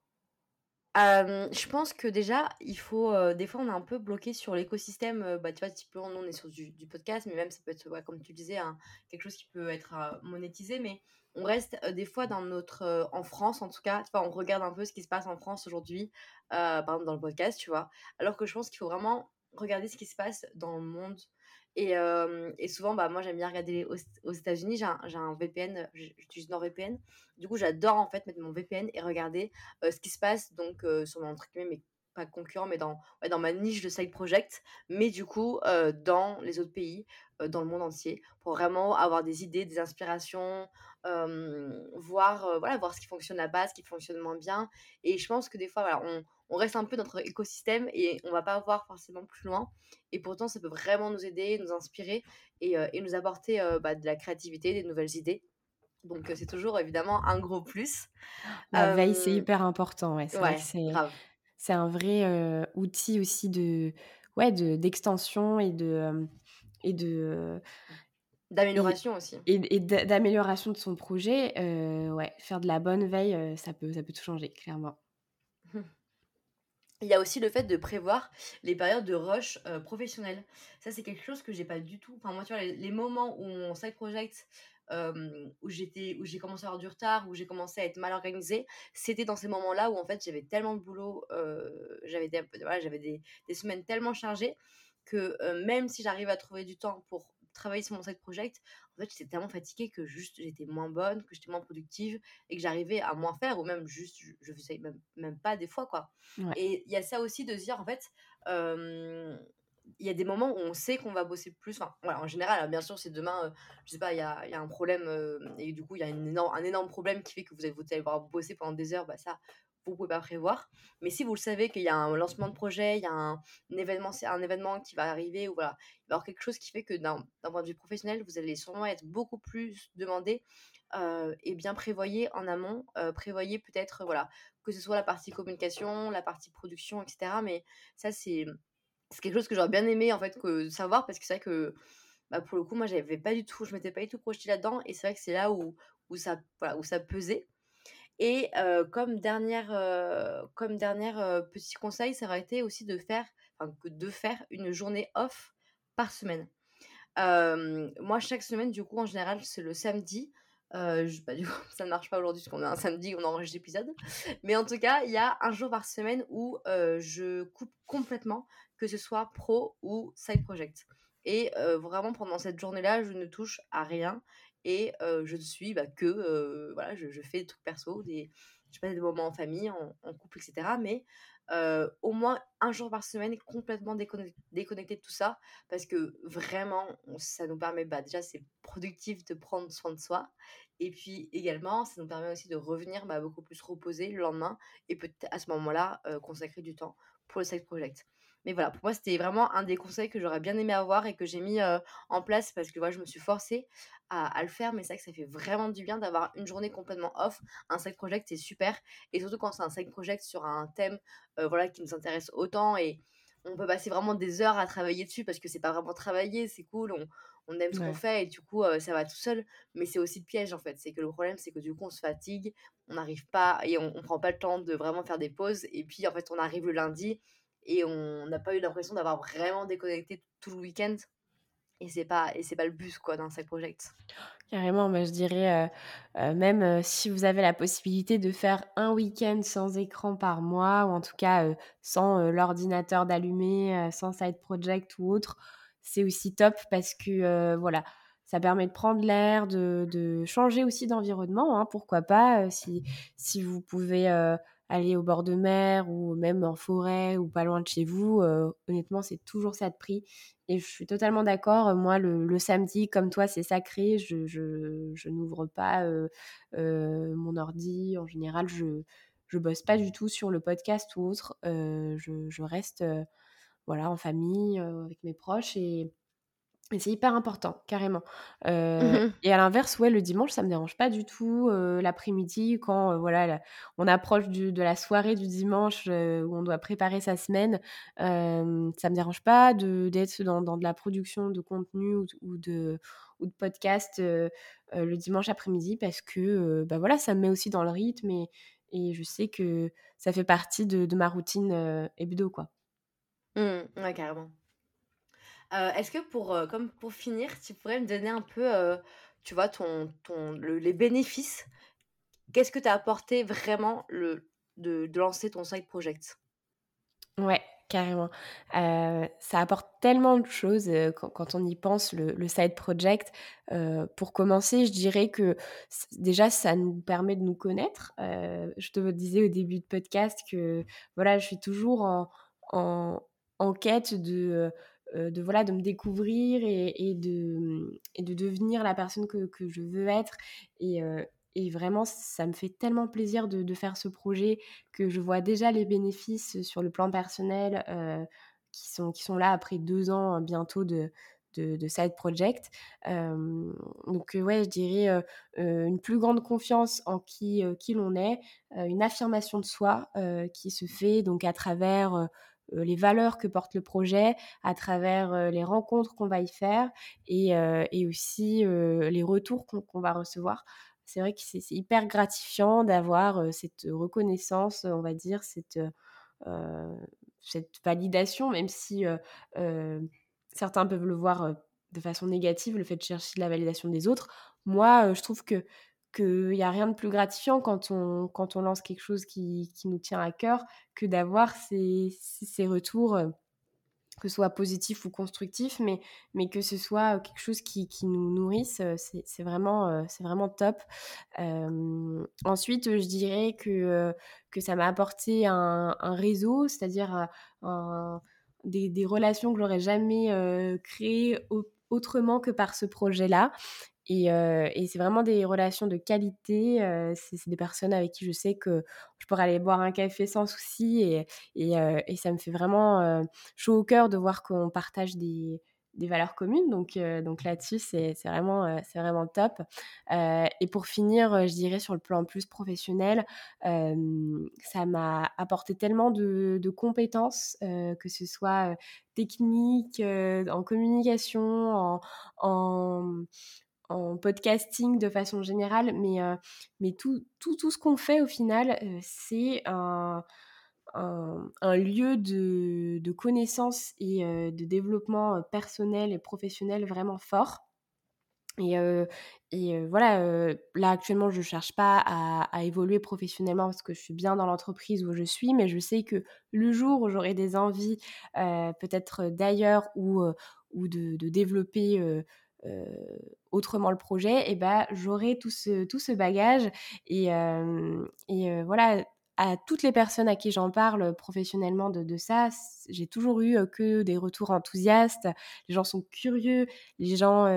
Je pense que déjà, il faut, des fois, on est un peu bloqué sur l'écosystème, bah, tu vois, typiquement, nous, on est sur du podcast, mais même ça peut être, ouais, comme tu disais, quelque chose qui peut être, monétisé, mais on reste, des fois dans notre, en France, en tout cas, tu vois, on regarde un peu ce qui se passe en France aujourd'hui, par exemple dans le podcast, tu vois? Alors que je pense qu'il faut vraiment regarder ce qui se passe dans le monde et souvent, bah, moi, j'aime bien regarder aux États-Unis, j'ai un VPN, j'utilise NordVPN. Du coup, j'adore, en fait, mettre mon VPN et regarder ce qui se passe donc sur mon entre guillemets, mais pas concurrent, mais dans ouais, dans ma niche de side project, mais du coup, dans les autres pays, dans le monde entier, pour vraiment avoir des idées, des inspirations, voir, voilà, voir ce qui fonctionne là-bas, ce qui fonctionne moins bien et je pense que des fois, voilà, on reste un peu dans notre écosystème et on va pas voir forcément plus loin et pourtant ça peut vraiment nous aider, nous inspirer et nous apporter, bah, de la créativité, des nouvelles idées donc c'est toujours évidemment un gros plus. La veille, c'est Hem, hyper important, ouais. C'est vrai que ouais, c'est grave. c'est un vrai, outil aussi ouais, d'extension et et D'amélioration aussi. d'amélioration de son projet. Ouais, faire de la bonne veille, ça peut tout changer, clairement. Il y a aussi le fait de prévoir les périodes de rush, professionnelles. Ça, c'est quelque chose que j'ai pas du tout. Enfin, moi, tu vois, les moments où mon side project, où j'ai commencé à avoir du retard, où j'ai commencé à être mal organisée, c'était dans ces moments-là où, en fait, j'avais tellement de boulot, j'avais des semaines tellement chargées que, même si j'arrive à trouver du temps pour travailler sur mon side project, en fait, j'étais tellement fatiguée que juste j'étais moins bonne, que j'étais moins productive et que j'arrivais à moins faire ou même juste je faisais même pas des fois, quoi. Ouais. Et il y a ça aussi de se dire, en fait, hem, il y a des moments où on sait qu'on va bosser plus. Enfin, voilà, en général, bien sûr, si demain, je sais pas, il y a un problème, et du coup, il y a un énorme problème qui fait que vous allez devoir bosser pendant des heures, bah, ça, vous pouvez pas prévoir. Mais si vous le savez qu'il y a un lancement de projet, il y a un événement qui va arriver ou voilà, il va y avoir quelque chose qui fait que d'un point de vue professionnel, vous allez sûrement être beaucoup plus demandé, et bien prévoyez en amont, prévoyez peut-être, voilà, que ce soit la partie communication, la partie production et cetera. Mais ça, c'est quelque chose que j'aurais bien aimé en fait que savoir parce que c'est vrai que, bah, pour le coup, moi, je m'étais pas du tout projetée là-dedans et c'est vrai que c'est là où ça voilà, où ça pesait. Et petit conseil, ça aurait été aussi de faire une journée off par semaine. Moi, chaque semaine, du coup, en général, c'est le samedi. J bah, du coup, ça ne marche pas aujourd'hui parce qu'on est un samedi, on enregistre l'épisode. Mais en tout cas, il y a un jour par semaine où, je coupe complètement, que ce soit pro ou side project. Et vraiment pendant cette journée-là, je ne touche à rien et je ne suis, bah, voilà, je fais des trucs perso, je passe des moments en famille, en couple et cetera. Mais au moins un jour par semaine complètement déconnecté de tout ça parce que vraiment, ça nous permet, bah, déjà, c'est productif de prendre soin de soi et puis également, ça nous permet aussi de revenir, bah, beaucoup plus reposé le lendemain et peut-être à ce moment-là, consacrer du temps pour le side project. Mais voilà, pour moi, c'était vraiment un des conseils que j'aurais bien aimé avoir et que j'ai mis, en place parce que, voilà, je me suis forcée à le faire, mais c'est vrai que ça fait vraiment du bien d'avoir une journée complètement off. Un side project, c'est super et surtout quand c'est un side project sur un thème, voilà, qui nous intéresse autant et on peut passer vraiment des heures à travailler dessus parce que c'est pas vraiment travailler, c'est cool, on aime ce qu'on Ouais. fait et du coup, ça va tout seul. Mais c'est aussi le piège, en fait. C'est que le problème, c'est que du coup, on se fatigue, on n'arrive pas et on prend pas le temps de vraiment faire des pauses et puis, en fait, on arrive le lundi et on n'a pas eu l'impression d'avoir vraiment déconnecté tout le week-end et c'est pas le but, quoi, d'un side project. Carrément, bah, je dirais, même, si vous avez la possibilité de faire un week-end sans écran par mois ou en tout cas, sans, l'ordinateur d'allumé, sans side project ou autre, c'est aussi top parce que, voilà, ça permet de prendre l'air, de changer aussi d'environnement, hein, pourquoi pas, si vous pouvez, aller au bord de mer ou même en forêt ou pas loin de chez vous, honnêtement, c'est toujours ça de prix et je suis totalement d'accord. Moi, le samedi, comme toi, c'est sacré. Je n'ouvre pas, mon ordi. En général, je bosse pas du tout sur le podcast ou autre. Je reste, voilà, en famille, avec mes proches et c'est hyper important, carrément. Mmh. Et à l'inverse, ouais, le dimanche, ça me dérange pas du tout, l'après-midi quand, voilà, on approche de la soirée du dimanche, où on doit préparer sa semaine, ça me dérange pas d'être dans de la production de contenu ou de podcast, le dimanche après-midi parce que, bah, voilà, ça me met aussi dans le rythme et je sais que ça fait partie de ma routine, hebdo, quoi. Mmh. Ouais, carrément. Est-ce que comme pour finir, tu pourrais me donner un peu, tu vois, les bénéfices. Qu'est-ce que t'as apporté vraiment de lancer ton side project? Ouais, carrément. Ça apporte tellement de choses, quand on y pense, le side project. Pour commencer, je dirais que déjà, ça nous permet de nous connaître. Je te disais au début de podcast que, voilà, je suis toujours en en quête voilà, de me découvrir et de devenir la personne que je veux être et vraiment, ça me fait tellement plaisir de faire ce projet que je vois déjà les bénéfices sur le plan personnel, qui sont là après 2 ans, bientôt de side project. Donc ouais, je dirais, une plus grande confiance en qui l'on est, une affirmation de soi, qui se fait donc à travers, les valeurs que porte le projet, à travers, les rencontres qu'on va y faire et aussi, les retours qu'on va recevoir. C'est vrai que c'est hyper gratifiant d'avoir, cette reconnaissance, on va dire, heu, cette validation, même si, certains peuvent le voir, de façon négative, le fait de chercher de la validation des autres. Moi, je trouve qu'il y a rien de plus gratifiant quand on lance quelque chose qui nous tient à cœur que d'avoir ces retours, que ce soit positif ou constructif, mais que ce soit quelque chose qui nous nourrisse, c'est vraiment top. Ensuite, je dirais que ça m'a apporté un réseau, c'est-à-dire des relations que j'aurais jamais créées autrement que par ce projet-là. Et c'est vraiment des relations de qualité. C'est des personnes avec qui je sais que je pourrais aller boire un café sans souci et ça me fait vraiment chaud au cœur de voir qu'on partage des valeurs communes. Donc là-dessus, c'est vraiment top. Et pour finir, je dirais sur le plan plus professionnel, ça m'a apporté tellement de compétences, que ce soit techniques, en communication, en en podcasting de façon générale, mais tout ce qu'on fait au final, c'est un lieu de connaissances et de développement personnel et professionnel vraiment fort. Et, voilà, là actuellement je cherche pas à évoluer professionnellement parce que je suis bien dans l'entreprise où je suis, mais je sais que le jour où j'aurai des envies, peut-être d'ailleurs ou de développer, heu, autrement le projet et bah, j'aurai tout ce bagage voilà, à toutes les personnes à qui j'en parle professionnellement de ça, j'ai toujours eu, que des retours enthousiastes. Les gens sont curieux, les gens,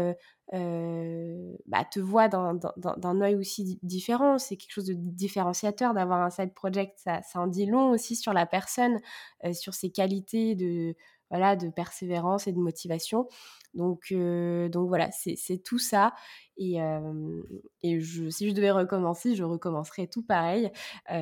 bah, te voient d'un œil aussi différent. C'est quelque chose de différenciateur d'avoir un side project. Ça en dit long aussi sur la personne, sur ses qualités de, voilà, de persévérance et de motivation. Donc voilà, c'est tout ça et si je devais recommencer, je recommencerais tout pareil,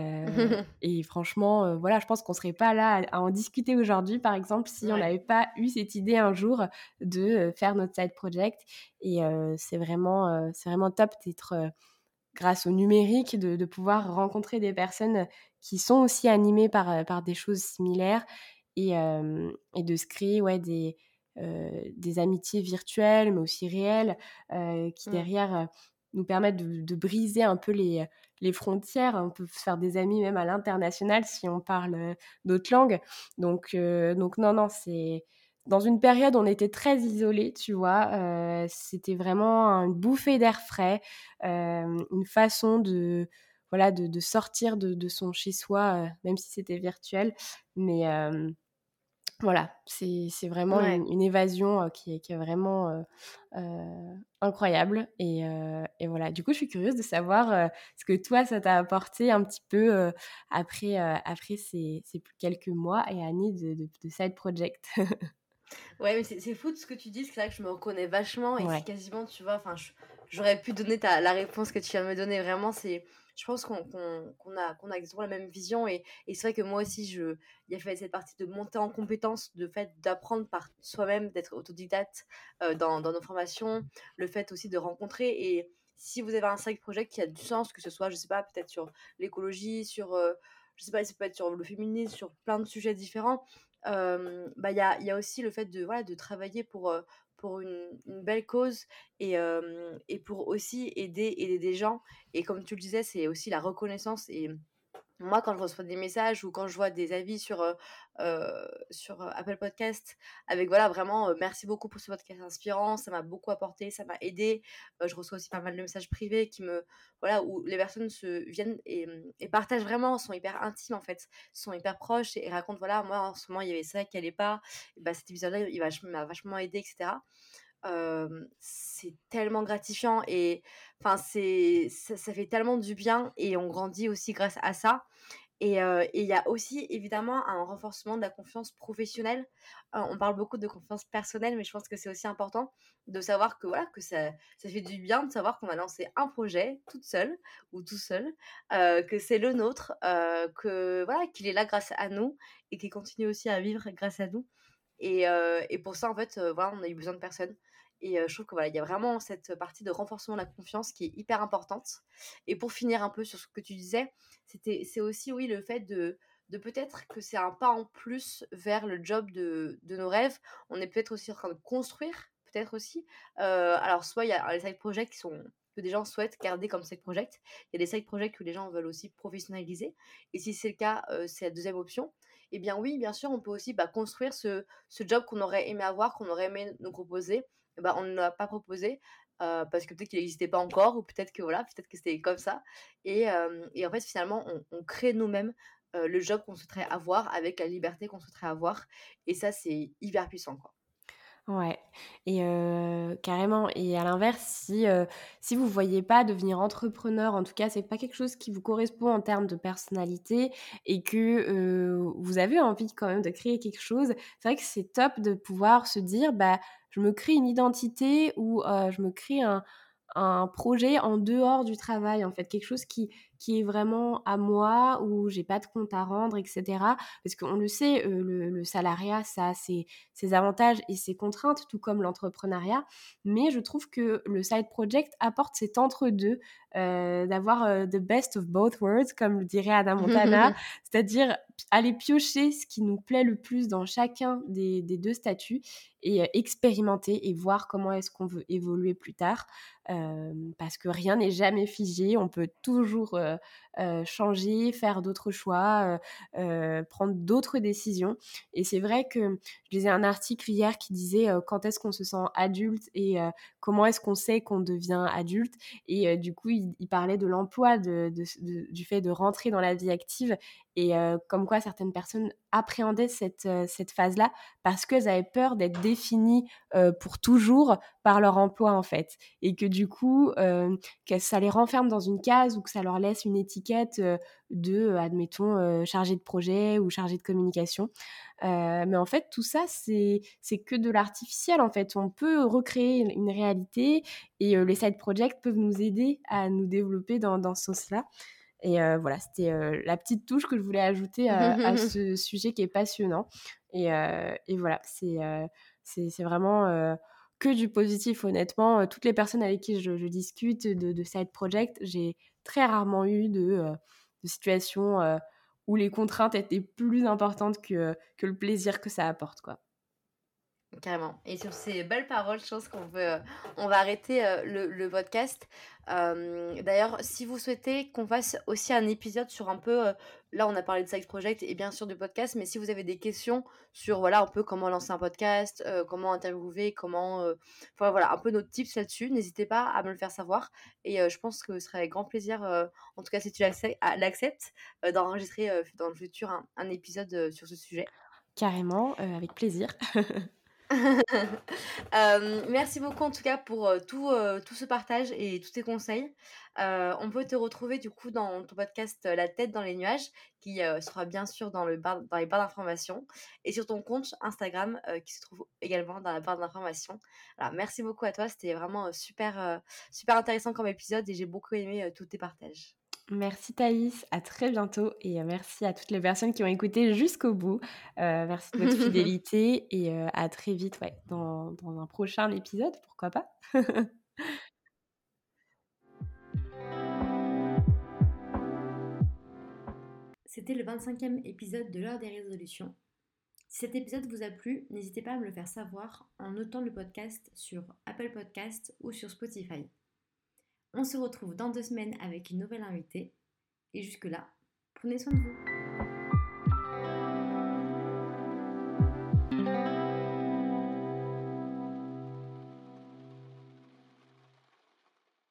et franchement, voilà, je pense qu'on serait pas là à en discuter aujourd'hui, par exemple, si on Ouais. n'avait pas eu cette idée un jour de, faire notre side project et c'est vraiment top d'être, grâce au numérique, de pouvoir rencontrer des personnes qui sont aussi animées par des choses similaires et de se créer, ouais, des amitiés virtuelles, mais aussi réelles, qui Mmh. derrière, nous permettent de briser un peu les frontières. On peut se faire des amis même à l'international si on parle, d'autres langues. Donc non, non, c'est dans une période où on était très isolés, tu vois? C'était vraiment une bouffée d'air frais, une façon de, voilà, de sortir de son chez soi, même si c'était virtuel. Mais voilà, c'est vraiment Ouais. une évasion, qui est vraiment, incroyable et voilà. Du coup, je suis curieuse de savoir, ce que toi, ça t'a apporté un petit peu, après ces quelques mois et années de side project. Ouais, mais c'est fou de ce que tu dis, c'est vrai que je me reconnais vachement et c'est Ouais. quasiment, tu vois, enfin, j'aurais pu donner la réponse que tu viens de me donner. Vraiment, je pense qu'on a exactement la même vision et c'est vrai que moi aussi, il y a fait cette partie de monter en compétence, de fait d'apprendre par soi-même, d'être autodidacte dans nos formations, le fait aussi de rencontrer et si vous avez un side project qui a du sens, que ce soit, je sais pas, peut-être sur l'écologie, je sais pas, ça peut être sur le féminisme, sur plein de sujets différents. Bah, il y a aussi le fait de, voilà, de travailler pour une belle cause et pour aussi aider des gens et comme tu le disais, c'est aussi la reconnaissance et moi, quand je reçois des messages ou quand je vois des avis sur Apple Podcast avec voilà vraiment, «Merci beaucoup pour ce podcast inspirant, ça m'a beaucoup apporté, ça m'a aidé». Je reçois aussi pas mal de messages privés qui me voilà, où les personnes se viennent et partagent vraiment, sont hyper intimes en fait, sont hyper proches et racontent: «Voilà, moi en ce moment il y avait ça qui allait pas, et bah, cet épisode-là il m'a vachement aidé» et cetera. C'est tellement gratifiant et enfin ça fait tellement du bien et on grandit aussi grâce à ça et il y a aussi évidemment un renforcement de la confiance professionnelle. On parle beaucoup de confiance personnelle, mais je pense que c'est aussi important de savoir que voilà, que ça fait du bien de savoir qu'on a lancé un projet toute seule ou tout seul, que c'est le nôtre, que voilà, qu'il est là grâce à nous et qu'il continue aussi à vivre grâce à nous et pour ça, en fait, voilà, on a eu besoin de personne et je trouve que, voilà, il y a vraiment cette partie de renforcement de la confiance qui est hyper importante et pour finir un peu sur ce que tu disais, c'est aussi, oui, le fait de peut-être que c'est un pas en plus vers le job de nos rêves. On est peut-être aussi en train de construire, peut-être aussi. Alors soit il y a les side projects que des gens souhaitent garder comme side project. Il y a des side projects que les gens veulent aussi professionnaliser et si c'est le cas, c'est la deuxième option Eh bien oui, bien sûr, on peut aussi, construire ce job qu'on aurait aimé avoir, qu'on aurait aimé nous proposer. On ne l'a pas proposé, parce que peut-être qu'il n'existait pas encore ou peut-être que voilà, peut-être que c'était comme ça et en fait, finalement, on crée nous-mêmes, le job qu'on souhaiterait avoir avec la liberté qu'on souhaiterait avoir et ça, c'est hyper puissant, quoi. Ouais et carrément et à l'inverse, si vous voyez pas devenir entrepreneur, en tout cas, c'est pas quelque chose qui vous correspond en termes de personnalité et que, vous avez envie quand même de créer quelque chose, c'est vrai que c'est top de pouvoir se dire: «Bah, je me crée une identité ou je me crée un projet en dehors du travail», en fait, quelque chose qui est vraiment à moi, où j'ai pas de compte à rendre et cetera. Parce qu'on le sait, le salariat, ça a ses avantages et ses contraintes, tout comme l'entrepreneuriat. Mais je trouve que le side project apporte cet entre-deux, d'avoir, the best of both worlds, comme le dirait Hannah Montana. C'est-à-dire aller piocher ce qui nous plaît le plus dans chacun des 2 statuts et expérimenter et voir comment est-ce qu'on veut évoluer plus tard. Parce que rien n'est jamais figé, on peut toujours, changer, faire d'autres choix, prendre d'autres décisions et c'est vrai que je lisais un article hier qui disait, quand est-ce qu'on se sent adulte et comment est-ce qu'on sait qu'on devient adulte et du coup, il parlait de l'emploi, du fait de rentrer dans la vie active et comme quoi certaines personnes appréhendaient cette phase-là parce qu'elles avaient peur d'être définies, pour toujours par leur emploi, en fait et que du coup, que ça les renferme dans une case ou que ça leur laisse une étiquette, admettons, chargé de projet ou chargé de communication. Mais en fait, tout ça, c'est que de l'artificiel, en fait. On peut recréer une réalité et les side projects peuvent nous aider à nous développer dans ce sens-là et voilà, c'était, la petite touche que je voulais ajouter à ce sujet qui est passionnant et voilà, c'est vraiment, que du positif honnêtement, toutes les personnes avec qui je discute de side project, j'ai très rarement eu de situations, où les contraintes étaient plus importantes que le plaisir que ça apporte, quoi. Carrément et sur ces belles paroles, je pense on va arrêter, le podcast. D'ailleurs, si vous souhaitez qu'on fasse aussi un épisode sur un peu, là, on a parlé de Side Project et bien sûr du podcast, mais si vous avez des questions sur, voilà, un peu comment lancer un podcast, comment interviewer, enfin, voilà, un peu nos tips là-dessus, n'hésitez pas à me le faire savoir et je pense que ce serait avec grand plaisir, en tout cas si tu l'acceptes, d'enregistrer, dans le futur un épisode, sur ce sujet. Carrément, avec plaisir. Merci beaucoup en tout cas pour, tout ce partage et tous tes conseils. On peut te retrouver du coup dans ton podcast, La tête dans les nuages qui, sera bien sûr dans les barres d'informations et sur ton compte Instagram, qui se trouve également dans la barre d'informations. Voilà, merci beaucoup à toi, c'était vraiment, super intéressant comme épisode et j'ai beaucoup aimé, tous tes partages. Merci Thaïs, à très bientôt et merci à toutes les personnes qui ont écouté jusqu'au bout. Merci de votre fidélité et à très vite, ouais, dans un prochain épisode, pourquoi pas. C'était le 25e épisode de l'heure des résolutions. Si cet épisode vous a plu, n'hésitez pas à me le faire savoir en notant le podcast sur Apple Podcast ou sur Spotify. On se retrouve dans 2 semaines avec une nouvelle invitée. Et jusque-là, prenez soin de vous.